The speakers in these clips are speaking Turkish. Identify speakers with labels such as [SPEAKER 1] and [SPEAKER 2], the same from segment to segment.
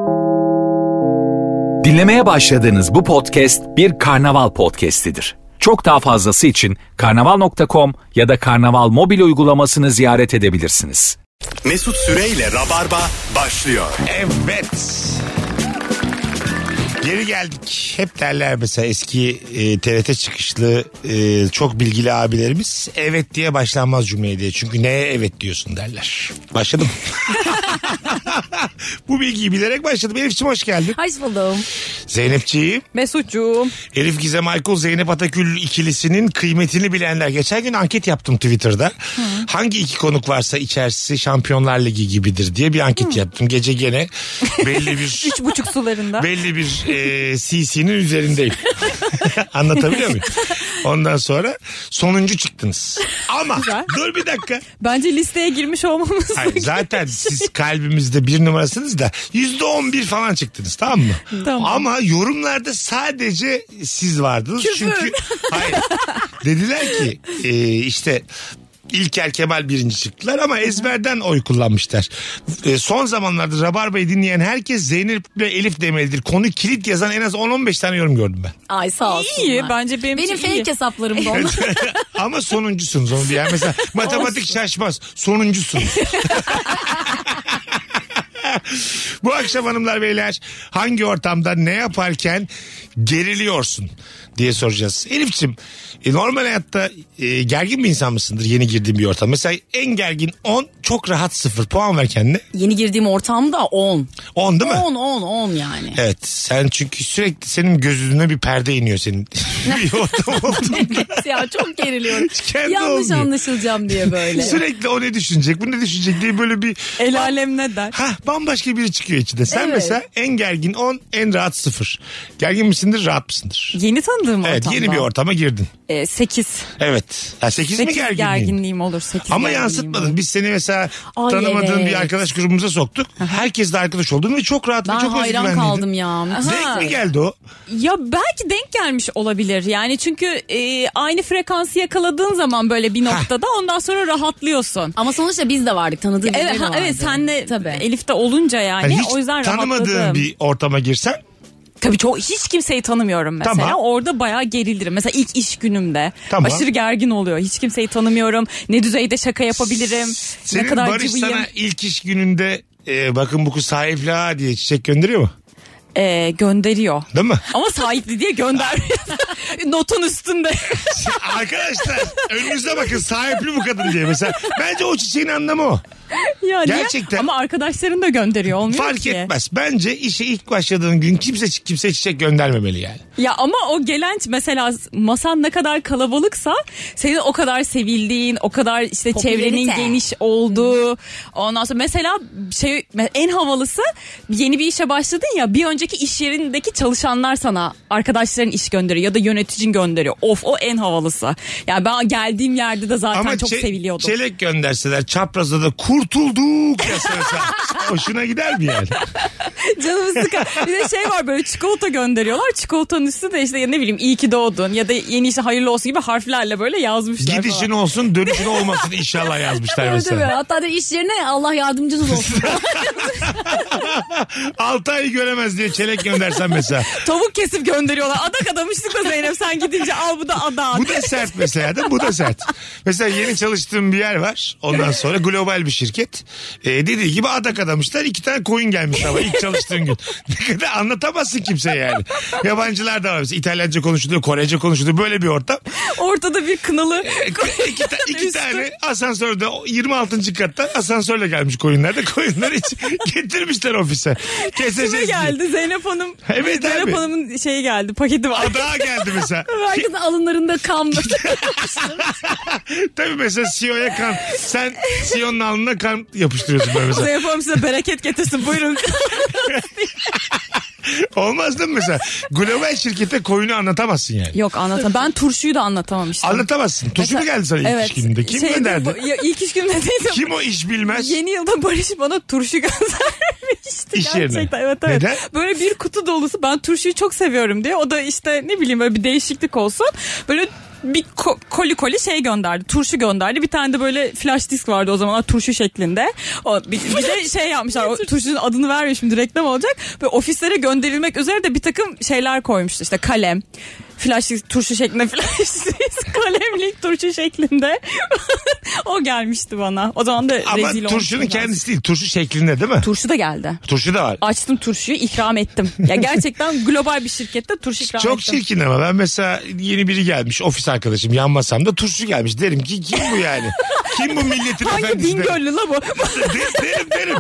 [SPEAKER 1] Dinlemeye başladığınız bu podcast bir karnaval podcastidir. Çok daha fazlası için karnaval.com ya da karnaval mobil uygulamasını ziyaret edebilirsiniz.
[SPEAKER 2] Mesut Süreyle Rabarba başlıyor.
[SPEAKER 3] Evet. Geri geldik. Hep derler mesela eski TRT çıkışlı çok bilgili abilerimiz evet diye başlanmaz cümleye diye. Çünkü neye evet diyorsun derler. Başladım. Bu bilgiyi bilerek başladım. Elif'ciğim hoş geldin.
[SPEAKER 4] Hoş buldum.
[SPEAKER 3] Zeynepciğim.
[SPEAKER 4] Mesut'cuğum.
[SPEAKER 3] Elif Gizem Aykul Zeynep Atakül ikilisinin kıymetini bilenler. Geçen gün anket yaptım Twitter'da. Hangi iki konuk varsa içerisi Şampiyonlar Ligi gibidir diye bir anket yaptım. Gece gene belli bir
[SPEAKER 4] 3,5 sularında.
[SPEAKER 3] belli bir CC'nin üzerindeyim. Anlatabiliyor muyum? Ondan sonra sonuncu çıktınız. Ama
[SPEAKER 4] Güzel.
[SPEAKER 3] dur bir dakika.
[SPEAKER 4] Bence listeye girmiş olmamız.
[SPEAKER 3] Hayır, zaten siz kalbimizde bir numarasınız da %11 falan çıktınız, tamam mı?
[SPEAKER 4] Tamam.
[SPEAKER 3] Ama yorumlarda sadece siz vardınız.
[SPEAKER 4] Küfür.
[SPEAKER 3] Çünkü hayır, dediler ki işte İlker Kemal birinci çıktılar ama ezberden oy kullanmışlar. Son zamanlarda Rabarba'yı dinleyen herkes Zeynep ve Elif demelidir. Konu kilit yazan en az 10-15 tane yorum gördüm ben.
[SPEAKER 5] Ay sağ olsunlar.
[SPEAKER 4] İyi bence benim
[SPEAKER 5] fake
[SPEAKER 4] iyi.
[SPEAKER 5] hesaplarımda onlar.
[SPEAKER 3] Ama sonuncusunuz onu bir yer. Mesela matematik şaşmaz. Sonuncusunuz. Bu akşam hanımlar beyler hangi ortamda ne yaparken geriliyorsun diye soracağız. Elif'ciğim normal hayatta gergin bir insan mısındır yeni girdiğin bir ortam? Mesela en gergin 10, çok rahat 0 puan ver kendine.
[SPEAKER 5] Yeni girdiğim ortamda 10.
[SPEAKER 3] 10 değil mi?
[SPEAKER 5] 10 yani.
[SPEAKER 3] Evet, sen çünkü sürekli senin gözüne bir perde iniyor senin. Bir ortam olduğunda.
[SPEAKER 5] Evet ya çok geriliyorum.
[SPEAKER 3] Kendi
[SPEAKER 5] Yanlış
[SPEAKER 3] olmuyor.
[SPEAKER 5] anlaşılacağım diye böyle.
[SPEAKER 3] Sürekli o ne düşünecek, bu ne düşünecek diye böyle bir...
[SPEAKER 4] El alem ne der?
[SPEAKER 3] Bambaşka biri çıkıyor içinde. Sen
[SPEAKER 5] Evet.
[SPEAKER 3] mesela en gergin 10, en rahat 0. Gergin misindir, rahat mısındır?
[SPEAKER 4] Yeni tanıdığım
[SPEAKER 3] Evet,
[SPEAKER 4] ortamda.
[SPEAKER 3] yeni bir ortama girdin.
[SPEAKER 4] 8.
[SPEAKER 3] Evet. 8 mi
[SPEAKER 4] 8
[SPEAKER 3] gerginliğin?
[SPEAKER 4] gerginliğim olur. 8
[SPEAKER 3] Ama
[SPEAKER 4] gerginliğim
[SPEAKER 3] yansıtmadın.
[SPEAKER 4] olur.
[SPEAKER 3] Biz seni mesela
[SPEAKER 5] Ay,
[SPEAKER 3] tanımadığın
[SPEAKER 5] evet.
[SPEAKER 3] bir arkadaş grubumuza soktuk. Herkesle arkadaş oldun ve çok rahat ve
[SPEAKER 5] Ben
[SPEAKER 3] çok
[SPEAKER 5] hayran
[SPEAKER 3] özgüvenliydin.
[SPEAKER 5] kaldım ya.
[SPEAKER 3] Zevk mi geldi o?
[SPEAKER 4] Ya belki denk gelmiş olabilir. Yani çünkü aynı frekansı yakaladığın zaman böyle bir noktada ondan sonra rahatlıyorsun.
[SPEAKER 5] Ama sonuçta biz de vardık, tanıdığım birileri
[SPEAKER 4] Evet,
[SPEAKER 5] de vardı.
[SPEAKER 4] evet senle
[SPEAKER 5] Tabii.
[SPEAKER 4] Elif'te olunca yani
[SPEAKER 3] Hani hiç
[SPEAKER 4] o yüzden
[SPEAKER 3] tanımadığın
[SPEAKER 4] rahatladım.
[SPEAKER 3] bir ortama girsen
[SPEAKER 4] Tabii hiç kimseyi tanımıyorum mesela.
[SPEAKER 3] Tamam.
[SPEAKER 4] Orada bayağı gerilirim. Mesela ilk iş günümde
[SPEAKER 3] Tamam.
[SPEAKER 4] aşırı gergin oluyor. Hiç kimseyi tanımıyorum. Ne düzeyde şaka yapabilirim.
[SPEAKER 3] senin
[SPEAKER 4] ne kadar
[SPEAKER 3] Barış
[SPEAKER 4] cıvıyım.
[SPEAKER 3] sana ilk iş gününde bakın bu kız sahipli ha diye çiçek gönderiyor mu?
[SPEAKER 4] Gönderiyor.
[SPEAKER 3] Değil mi?
[SPEAKER 4] Ama sahipli diye göndermiyor. Notun üstünde.
[SPEAKER 3] Arkadaşlar önünüze bakın, sahipli bu kadın diye mesela. Bence o çiçeğin anlamı o.
[SPEAKER 4] Yani
[SPEAKER 3] Gerçekten.
[SPEAKER 4] Ama arkadaşların da gönderiyor olmuyor
[SPEAKER 3] Fark
[SPEAKER 4] ki.
[SPEAKER 3] etmez. Bence işe ilk başladığın gün kimse çiçek göndermemeli yani.
[SPEAKER 4] Ya ama o gelen mesela masan ne kadar kalabalıksa senin o kadar sevildiğin, o kadar işte
[SPEAKER 5] Popülerite.
[SPEAKER 4] çevrenin geniş olduğu. Ondan sonra mesela en havalısı yeni bir işe başladın ya, bir önceki iş yerindeki çalışanlar sana arkadaşların iş gönderiyor ya da yöneticin gönderiyor. Of, o en havalısı. Yani ben geldiğim yerde de zaten
[SPEAKER 3] Ama
[SPEAKER 4] çok seviliyordum.
[SPEAKER 3] çelek gönderseler çaprazda da kurtulduk mesela. Hoşuna gider mi yani?
[SPEAKER 4] Canımı sıkar. Bir de şey var, böyle çikolata gönderiyorlar. Çikolatanın üstü de işte ne bileyim iyi ki doğdun ya da yeni işte hayırlı olsun gibi harflerle böyle yazmışlar
[SPEAKER 3] Gidişin
[SPEAKER 4] falan.
[SPEAKER 3] olsun dönüşün olmasın inşallah yazmışlar
[SPEAKER 5] Evet, evet.
[SPEAKER 3] mesela.
[SPEAKER 5] Hatta da iş yerine Allah yardımcınız olsun.
[SPEAKER 3] 6 ay göremez diye çelek göndersen mesela.
[SPEAKER 4] Tavuk kesip gönderiyorlar. Adak adamıştık da Zeynep, sen gidince al bu da adak.
[SPEAKER 3] Bu da sert mesela, değil mi? Bu da sert. Mesela yeni çalıştığım bir yer var. Ondan sonra global bir şirket. Dediği gibi adak adamışlar. 2 tane koyun gelmiş ama ilk çalıştığın gün. Ne kadar anlatamazsın kimseye yani. Yabancılar da var. Mesela İtalyanca konuşuluyor, Korece konuşuluyor. Böyle bir ortam.
[SPEAKER 4] Ortada bir kınalı.
[SPEAKER 3] İki
[SPEAKER 4] Üstü.
[SPEAKER 3] tane asansörde 26. kattan asansörle gelmiş koyunlar da koyunları getirmişler ofise. Keseceğiz
[SPEAKER 4] Kime
[SPEAKER 3] diye.
[SPEAKER 4] geldi? Zeynep Hanım.
[SPEAKER 3] Evet
[SPEAKER 4] Zeynep
[SPEAKER 3] abi.
[SPEAKER 4] Hanım'ın şeyi geldi. Paketi var.
[SPEAKER 3] Adağa geldi mesela.
[SPEAKER 5] Herkesin alınlarında kan.
[SPEAKER 3] Tabii mesela CEO'ya kan. Sen CEO'nun alnına kan yapıştırıyorsun böyle mesela.
[SPEAKER 4] Zeynep Hanım size bereket getirsin, buyurun.
[SPEAKER 3] Olmaz değil mi mesela? Global şirkete koyunu anlatamazsın yani.
[SPEAKER 4] Yok, anlatamam. Ben turşuyu da anlamamıştım.
[SPEAKER 3] Anlatamazsın. Turşu mu geldi sana ilk iş gününde? Kim gönderdi?
[SPEAKER 4] İlk iş gününde değil.
[SPEAKER 3] Kim o iş bilmez?
[SPEAKER 4] Yeni yılda Barış bana turşu göndermişti.
[SPEAKER 3] İş yerine.
[SPEAKER 4] Gerçekten, evet.
[SPEAKER 3] Neden?
[SPEAKER 4] Böyle bir kutu dolusu, ben turşuyu çok seviyorum diye. O da işte ne bileyim böyle bir değişiklik olsun. Böyle bir koli şey gönderdi. Turşu gönderdi. Bir tane de böyle flash disk vardı o zamanlar turşu şeklinde. Bir de şey yapmışlar. O turşunun adını vermiyor, şimdi reklam olacak. Böyle ofislere gönderilmek üzere de bir takım şeyler koymuştu. İşte kalem, flash disk, turşu şeklinde flash disk, kalemlik turşu şeklinde. O gelmişti bana. O zaman da rezil olmuştum.
[SPEAKER 3] Ama turşunun kendisi değil. Turşu şeklinde değil mi?
[SPEAKER 4] Turşu da geldi.
[SPEAKER 3] Turşu da var.
[SPEAKER 4] Açtım turşuyu, ikram ettim. Ya gerçekten global bir şirkette turşu ikram
[SPEAKER 3] Çok
[SPEAKER 4] ettim.
[SPEAKER 3] çirkin ama ben mesela yeni biri gelmiş, ofis arkadaşım, yan masamda turşu gelmiş. Derim ki kim bu yani? Kim bu milletin
[SPEAKER 4] Hangi
[SPEAKER 3] efendisi?
[SPEAKER 4] Bingöllü la bu?
[SPEAKER 3] Derim.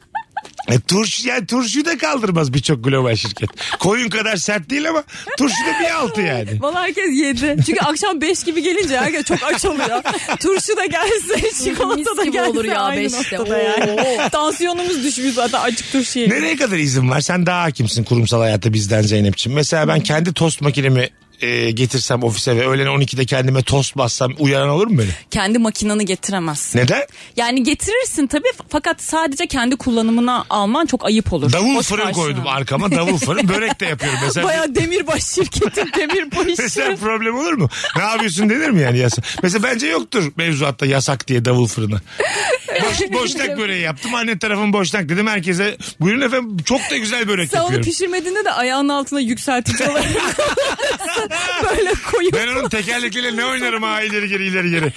[SPEAKER 3] Turşuyu da kaldırmaz birçok global şirket. Koyun kadar sert değil ama turşu da bir altı yani.
[SPEAKER 4] Vallahi herkes yedi. Çünkü akşam 5 gibi gelince herkes çok aç oluyor. Turşu da gelse, çikolata da
[SPEAKER 5] gibi
[SPEAKER 4] gelse
[SPEAKER 5] olur ya
[SPEAKER 4] aynı
[SPEAKER 5] 5'te.
[SPEAKER 4] noktada yani. Tansiyonumuz düşmüş zaten açık turşu yiyelim.
[SPEAKER 3] Nereye kadar izin var? Sen daha hakimsin kurumsal hayata bizden Zeynep'ciğim. Mesela ben kendi tost makinemi getirsem ofise ve öğlen 12'de kendime tost bassam uyaran olur mu böyle?
[SPEAKER 4] Kendi makinanı getiremezsin.
[SPEAKER 3] Neden?
[SPEAKER 4] Yani getirirsin tabii fakat sadece kendi kullanımına alman çok ayıp olur.
[SPEAKER 3] Davul
[SPEAKER 4] Boş
[SPEAKER 3] fırın
[SPEAKER 4] karşına.
[SPEAKER 3] koydum arkama, davul fırın, börek de yapıyorum. Mesela
[SPEAKER 4] Bayağı demirbaş şirketin demirbaş.
[SPEAKER 3] mesela problem olur mu? Ne yapıyorsun denir mi yani yasa? Mesela bence yoktur mevzuatta yasak diye davul fırını. Boşnak böreği yaptım. Anne tarafım boşnak dedim. Herkese buyurun efendim çok da güzel börek
[SPEAKER 4] Sen onu
[SPEAKER 3] yapıyorum.
[SPEAKER 4] pişirmediğinde de ayağının altına yükseltici olarak böyle koyup
[SPEAKER 3] Ben onun tekerlekleriyle ne oynarım ha, ileri geri.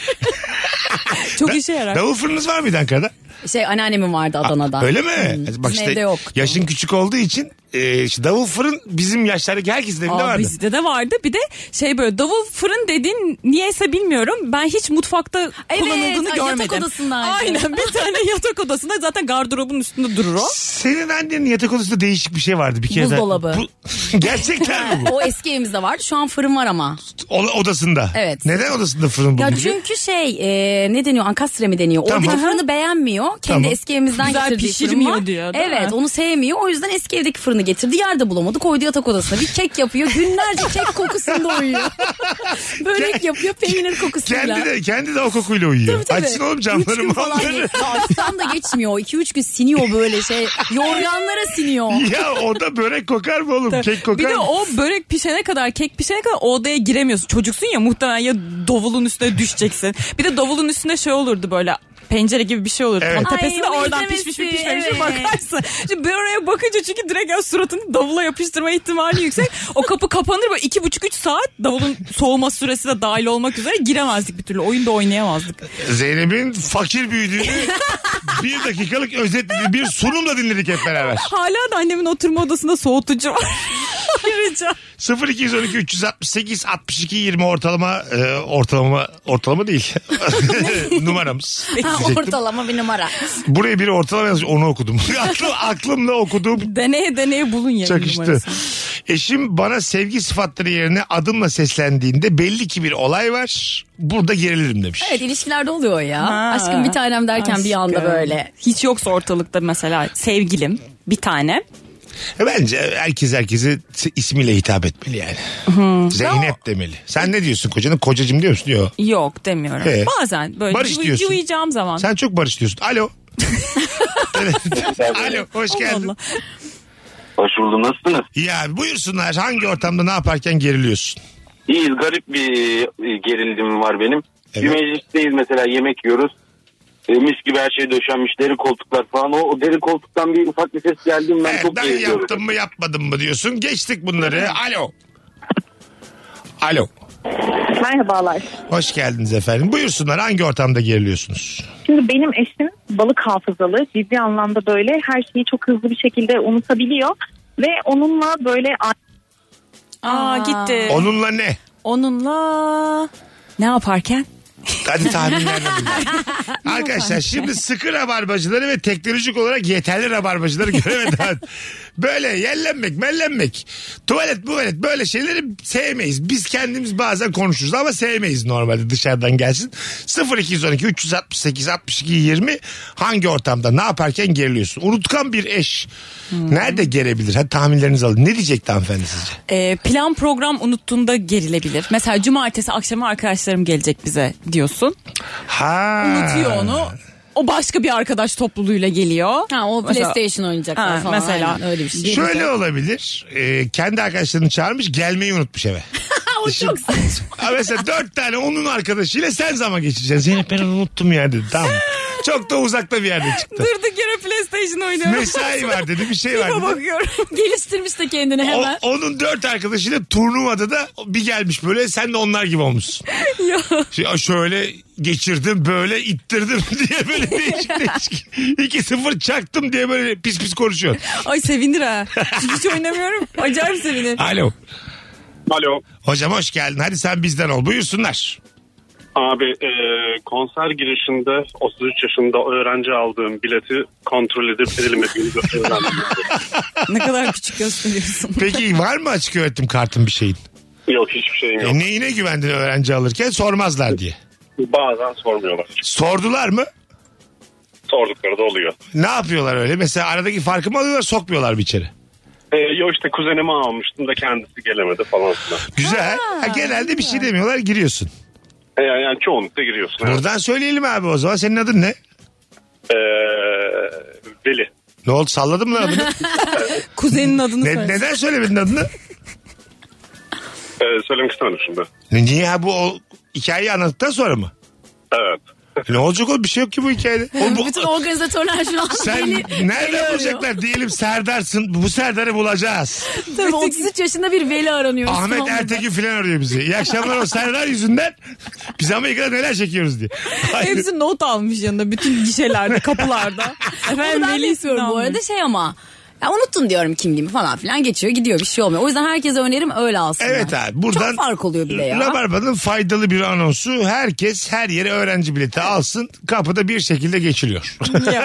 [SPEAKER 4] çok işe yarar.
[SPEAKER 3] Davul fırınınız var mıydı Ankara'da?
[SPEAKER 5] Anneannemin vardı Adana'da.
[SPEAKER 3] Öyle mi? Bak
[SPEAKER 5] Bizim
[SPEAKER 3] işte
[SPEAKER 5] evde yoktu.
[SPEAKER 3] yaşın küçük olduğu için işte davul fırın bizim yaşlardaki herkesin evinde vardı.
[SPEAKER 4] Bizde de vardı. Bir de şey böyle davul fırın dediğin niyeyse bilmiyorum. Ben hiç mutfakta kullanıldığını
[SPEAKER 5] yatak
[SPEAKER 4] görmedim.
[SPEAKER 5] odasındaydı.
[SPEAKER 4] Aynen, bir tane yatak odasında zaten gardırobun üstünde durur o.
[SPEAKER 3] Senin annenin yatak odasında değişik bir şey vardı bir kere.
[SPEAKER 5] Buzdolabı.
[SPEAKER 3] Gerçekten mi bu?
[SPEAKER 5] O eski evimizde vardı. Şu an fırın var ama.
[SPEAKER 3] Odasında.
[SPEAKER 5] Evet.
[SPEAKER 3] Neden odasında fırın
[SPEAKER 5] Ya
[SPEAKER 3] bulunuyor?
[SPEAKER 5] çünkü ne deniyor? Ankastre mi deniyor?
[SPEAKER 3] Tamam.
[SPEAKER 5] Oradaki fırını beğenmiyor. Kendi
[SPEAKER 3] Tamam.
[SPEAKER 5] eski evimizden
[SPEAKER 4] Güzel
[SPEAKER 5] getirdiği fırın
[SPEAKER 4] pişirmiyor
[SPEAKER 5] var.
[SPEAKER 4] diyor, değil
[SPEAKER 5] Evet,
[SPEAKER 4] mi?
[SPEAKER 5] onu sevmiyor. O yüzden eski evdeki fırını getirdi. Yerde bulamadı. Koydu yatak odasına. Bir kek yapıyor. Günlerce kek kokusunda uyuyor. Börek yapıyor peynir kokusuyla.
[SPEAKER 3] Kendi de o kokuyla uyuyor.
[SPEAKER 5] Tabii, tabii.
[SPEAKER 3] Açsın oğlum
[SPEAKER 5] 3
[SPEAKER 3] camları
[SPEAKER 5] gün falan
[SPEAKER 3] malları.
[SPEAKER 5] açsam da geçmiyor. 2-3 gün siniyor böyle şey. Yorganlara siniyor.
[SPEAKER 3] Ya o da börek kokar mı oğlum? Kek kokar
[SPEAKER 4] Bir de
[SPEAKER 3] mı?
[SPEAKER 4] o börek pişene kadar, kek pişene kadar o odaya giremiyorsun. Çocuksun ya, muhtemelen ya davulun üstüne düşeceksin. Bir de davulun üstünde şey olurdu böyle, pencere gibi bir şey olur.
[SPEAKER 3] Evet.
[SPEAKER 4] Tam tepesinde
[SPEAKER 5] Ay, o
[SPEAKER 4] oradan
[SPEAKER 5] izlemesi,
[SPEAKER 4] pişmiş mi pişmemiş mi
[SPEAKER 5] evet.
[SPEAKER 4] bakarsın. Şimdi ben oraya bakınca çünkü direkt ya suratını davula yapıştırma ihtimali yüksek. O kapı kapanır böyle 2,5-3 saat davulun soğuma süresi de dahil olmak üzere giremezdik bir türlü. Oyunda oynayamazdık.
[SPEAKER 3] Zeynep'in fakir büyüdüğünü bir dakikalık özetlediği bir sunumla dinledik hep beraber.
[SPEAKER 4] Hala da annemin oturma odasında soğutucu var. Ayrıca.
[SPEAKER 3] 0212 368 62 20 ortalama değil. Numaramız. Diyecektim.
[SPEAKER 5] Ortalama bir numara.
[SPEAKER 3] Buraya biri ortalama yazmış, onu okudum. Aklımla okuduğum
[SPEAKER 4] Deneye bulun yani
[SPEAKER 3] çakıştı.
[SPEAKER 4] numarasını.
[SPEAKER 3] Eşim bana sevgi sıfatları yerine adımla seslendiğinde belli ki bir olay var. Burada gerilirim demiş.
[SPEAKER 5] Evet, ilişkilerde oluyor ya.
[SPEAKER 4] Ha.
[SPEAKER 5] Aşkım bir tanem derken bir anda
[SPEAKER 4] Aşkım.
[SPEAKER 5] böyle.
[SPEAKER 4] Hiç yoksa ortalıkta mesela sevgilim bir tane.
[SPEAKER 3] Bence herkese ismiyle hitap etmeli yani. Zeynep demeli. Sen ne diyorsun kocanın? Kocacığım diyor musun? Yok.
[SPEAKER 4] Yok demiyorum. Bazen böyle
[SPEAKER 3] Barış diyorsun.
[SPEAKER 4] uyuyacağım zaman.
[SPEAKER 3] Sen çok barış diyorsun. Alo. Evet. Alo, hoş geldin.
[SPEAKER 4] Allah.
[SPEAKER 6] Hoş buldum. Nasılsınız?
[SPEAKER 3] Ya abi, buyursunlar. Hangi ortamda ne yaparken geriliyorsun?
[SPEAKER 6] İyiyiz. Garip bir gerilimim var benim.
[SPEAKER 3] Evet.
[SPEAKER 6] Bir meclisteyiz mesela, yemek yiyoruz. Mis gibi her şey döşenmiş, deri koltuklar falan. O deri koltuktan bir ufak bir ses geldi. Ben çok
[SPEAKER 3] Ben
[SPEAKER 6] geriliyorum.
[SPEAKER 3] yaptım mı yapmadım mı diyorsun. Geçtik bunları. Alo. Alo.
[SPEAKER 7] Merhabalar.
[SPEAKER 3] Hoş geldiniz efendim. Buyursunlar. Hangi ortamda geriliyorsunuz?
[SPEAKER 7] Şimdi benim eşim balık hafızalı, ciddi anlamda böyle her şeyi çok hızlı bir şekilde unutabiliyor ve onunla böyle
[SPEAKER 4] Gitti.
[SPEAKER 3] Onunla ne?
[SPEAKER 4] Onunla ne yaparken?
[SPEAKER 3] Hadi tahminlerle bulun. Arkadaşlar şimdi sıkı rabarbacıları ve teknolojik olarak yeterli rabarbacıları göremeden böyle yellenmek, mellenmek, tuvalet böyle şeyleri sevmeyiz. Biz kendimiz bazen konuşuruz ama sevmeyiz normalde, dışarıdan gelsin. 0212 368 62 20 hangi ortamda ne yaparken geriliyorsun? Unutkan bir eş nerede gerebilir? Hadi tahminlerinizi alın. Ne diyecekti hanımefendi sizce?
[SPEAKER 4] Plan program unuttuğunda gerilebilir. Mesela cumartesi akşamı arkadaşlarım gelecek bize diyorsun. Unutuyor onu. O başka bir arkadaş topluluğuyla geliyor.
[SPEAKER 5] Ha, o
[SPEAKER 4] Mesela-
[SPEAKER 5] PlayStation oynayacaklar falan.
[SPEAKER 4] mesela.
[SPEAKER 5] Aynen, öyle bir şey.
[SPEAKER 3] Şöyle olabilir. Kendi arkadaşlarını çağırmış, gelmeyi unutmuş eve.
[SPEAKER 5] O çok saçma.
[SPEAKER 3] Mesela 4 tane onun arkadaşıyla sen zaman geçireceksin. Zeynep ben onu unuttum ya dedi. Tamam. Çok da uzakta bir yerde çıktı.
[SPEAKER 4] Durduk yere PlayStation oynuyorum.
[SPEAKER 3] Mesai var dedi, bir şey var dedi.
[SPEAKER 4] bakıyorum.
[SPEAKER 5] Geliştirmiş de kendini hemen.
[SPEAKER 3] Onun 4 arkadaşıyla turnuvada da bir gelmiş böyle, sen de onlar gibi olmuşsun. Şöyle geçirdim, böyle ittirdim diye böyle değişik 2-0 çaktım diye böyle pis pis konuşuyor.
[SPEAKER 4] Ay sevindir ha. Çünkü hiç oynamıyorum. Acayip sevinir.
[SPEAKER 3] Alo.
[SPEAKER 8] Alo.
[SPEAKER 3] Hocam hoş geldin. Hadi sen bizden ol. Buyursunlar.
[SPEAKER 8] Abi konser girişinde 33 yaşında öğrenci aldığım bileti kontrol edip edilmediğini öğrendim.
[SPEAKER 4] Ne kadar küçük gösteriyorsun.
[SPEAKER 3] Peki var mı açık öğretim kartın bir şeyin?
[SPEAKER 8] Yok, hiçbir şeyim yok.
[SPEAKER 3] Neyine güvendin öğrenci alırken? Sormazlar diye.
[SPEAKER 8] Bazen sormuyorlar.
[SPEAKER 3] Sordular mı?
[SPEAKER 8] Sordukları da oluyor.
[SPEAKER 3] Ne yapıyorlar öyle? Mesela aradaki farkı mı alıyorlar, sokmuyorlar mı içeri?
[SPEAKER 8] Yok işte kuzenimi almıştım da kendisi gelemedi falan filan.
[SPEAKER 3] Güzel. Genelde bir şey demiyorlar, giriyorsun.
[SPEAKER 8] Yani çoğunlukla giriyorsun.
[SPEAKER 3] Buradan söyleyelim abi o zaman. Senin adın ne?
[SPEAKER 8] Veli.
[SPEAKER 3] Ne oldu, salladın mı adını?
[SPEAKER 4] Kuzenin adını söyle.
[SPEAKER 3] Neden söylemedin adını?
[SPEAKER 8] Söylemek istemedim şimdi.
[SPEAKER 3] Niye ha, bu o hikayeyi anlattıktan sonra mı?
[SPEAKER 8] Evet.
[SPEAKER 3] Ne olacak oğlum, bir şey yok ki bu hikayede.
[SPEAKER 5] Bütün organizatörler şu an
[SPEAKER 3] Sen nerede bulacaklar? Diyelim Serdar'sın. Bu Serdar'ı bulacağız.
[SPEAKER 5] Tabii 33 yaşında bir veli aranıyor.
[SPEAKER 3] Ahmet
[SPEAKER 5] İstanbul'da.
[SPEAKER 3] Ertekin falan arıyor bizi. İyi akşamlar, o Serdar yüzünden biz Amerika'da neler çekiyoruz diye. Hayır.
[SPEAKER 4] Hepsi not almış yanında bütün gişelerde, kapılarda. Efendim
[SPEAKER 5] Ben de istiyorum bu arada ama. Ya unuttum diyorum kimliğimi falan filan, geçiyor gidiyor, bir şey olmuyor. O yüzden herkese önerim öyle alsınlar.
[SPEAKER 3] Evet abi, buradan
[SPEAKER 5] çok fark oluyor bir de ya.
[SPEAKER 3] Rabarba'nın faydalı bir anonsu. Herkes her yere öğrenci bileti alsın. Kapıda bir şekilde geçiliyor.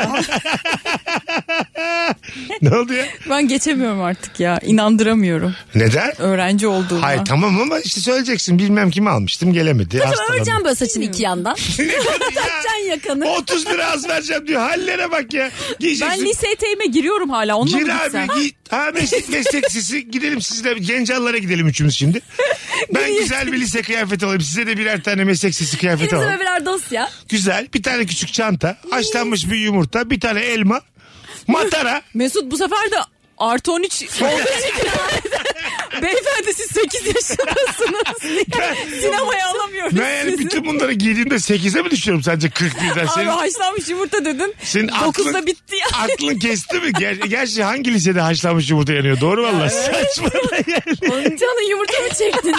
[SPEAKER 3] Ne oldu ya?
[SPEAKER 4] Ben geçemiyorum artık ya. İnandıramıyorum.
[SPEAKER 3] Neden?
[SPEAKER 4] Öğrenci olduğuma.
[SPEAKER 3] Hayır tamam ama işte söyleyeceksin, bilmem kimi almıştım gelemedi.
[SPEAKER 5] Öreceğim böyle saçını iki yandan. Takacaksın yakanı.
[SPEAKER 3] 30 lira az vereceğim diyor. Hallere bak ya.
[SPEAKER 4] Ben lise eteğime giriyorum hala. Onunla mı
[SPEAKER 3] Gir
[SPEAKER 4] gitsem?
[SPEAKER 3] abi git. Ha meslek lisesi gidelim sizle. Gençallara gidelim üçümüz şimdi. Ben güzel bir lise kıyafeti alayım. Size de birer tane meslek lisesi kıyafeti alayım.
[SPEAKER 5] Elinize birer dosya.
[SPEAKER 3] Güzel. Bir tane küçük çanta. Haşlanmış bir yumurta. Bir tane elma. Matara.
[SPEAKER 4] Mesut bu sefer de artı 13 olduğu için beyefendi siz 8 yaşındasınız. Sinemaya alamıyoruz
[SPEAKER 3] Ben yani
[SPEAKER 4] sizi.
[SPEAKER 3] bütün bunları giydiğimde 8'e mi düşüyorum sence 41'den?
[SPEAKER 4] Abi haşlanmış yumurta dedin.
[SPEAKER 3] Senin
[SPEAKER 4] 9'da bitti ya.
[SPEAKER 3] Aklın kesti mi? Gerçi hangi lisede haşlanmış yumurta yanıyor? Doğru valla. Saçma yani.
[SPEAKER 5] Canın yumurta mı çektin?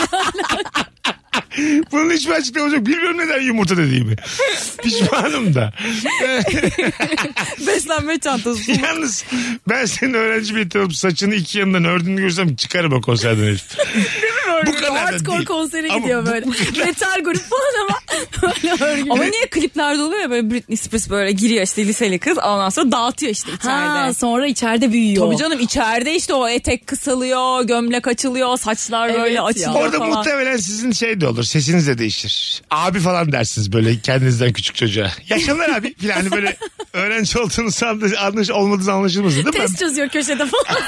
[SPEAKER 3] Bunun hiçbir açıklaması yok. Bilmiyorum neden yumurta dediğimi. Pişmanım da.
[SPEAKER 4] Beslenme çantası.
[SPEAKER 3] Yalnız ben senin öğrenci bileti alıp saçını iki yanından ördüğünü görsem çıkarım o konserden herif. Bu kadar da
[SPEAKER 5] Hardcore
[SPEAKER 3] değil.
[SPEAKER 5] konsere
[SPEAKER 3] Ama
[SPEAKER 5] gidiyor böyle. Metal grup falan ama böyle örgü.
[SPEAKER 4] Ama niye kliplerde oluyor ya böyle Britney Spears böyle giriyor işte liseli kız, ondan sonra dağıtıyor işte içeride.
[SPEAKER 5] Ha, sonra içeride büyüyor.
[SPEAKER 4] Tabii canım, içeride işte o etek kısalıyor, gömlek açılıyor, saçlar
[SPEAKER 5] Evet
[SPEAKER 4] böyle
[SPEAKER 5] ya.
[SPEAKER 4] açılıyor
[SPEAKER 3] Orada
[SPEAKER 4] falan.
[SPEAKER 3] muhtemelen sizin şey de olur. Sesiniz de değişir. Abi falan dersiniz böyle kendinizden küçük çocuğa. Yaşamlar abi filan, hani böyle öğrenci olduğunu olmadığınız anlaşılmasın değil mi?
[SPEAKER 5] Test çözüyor köşede falan.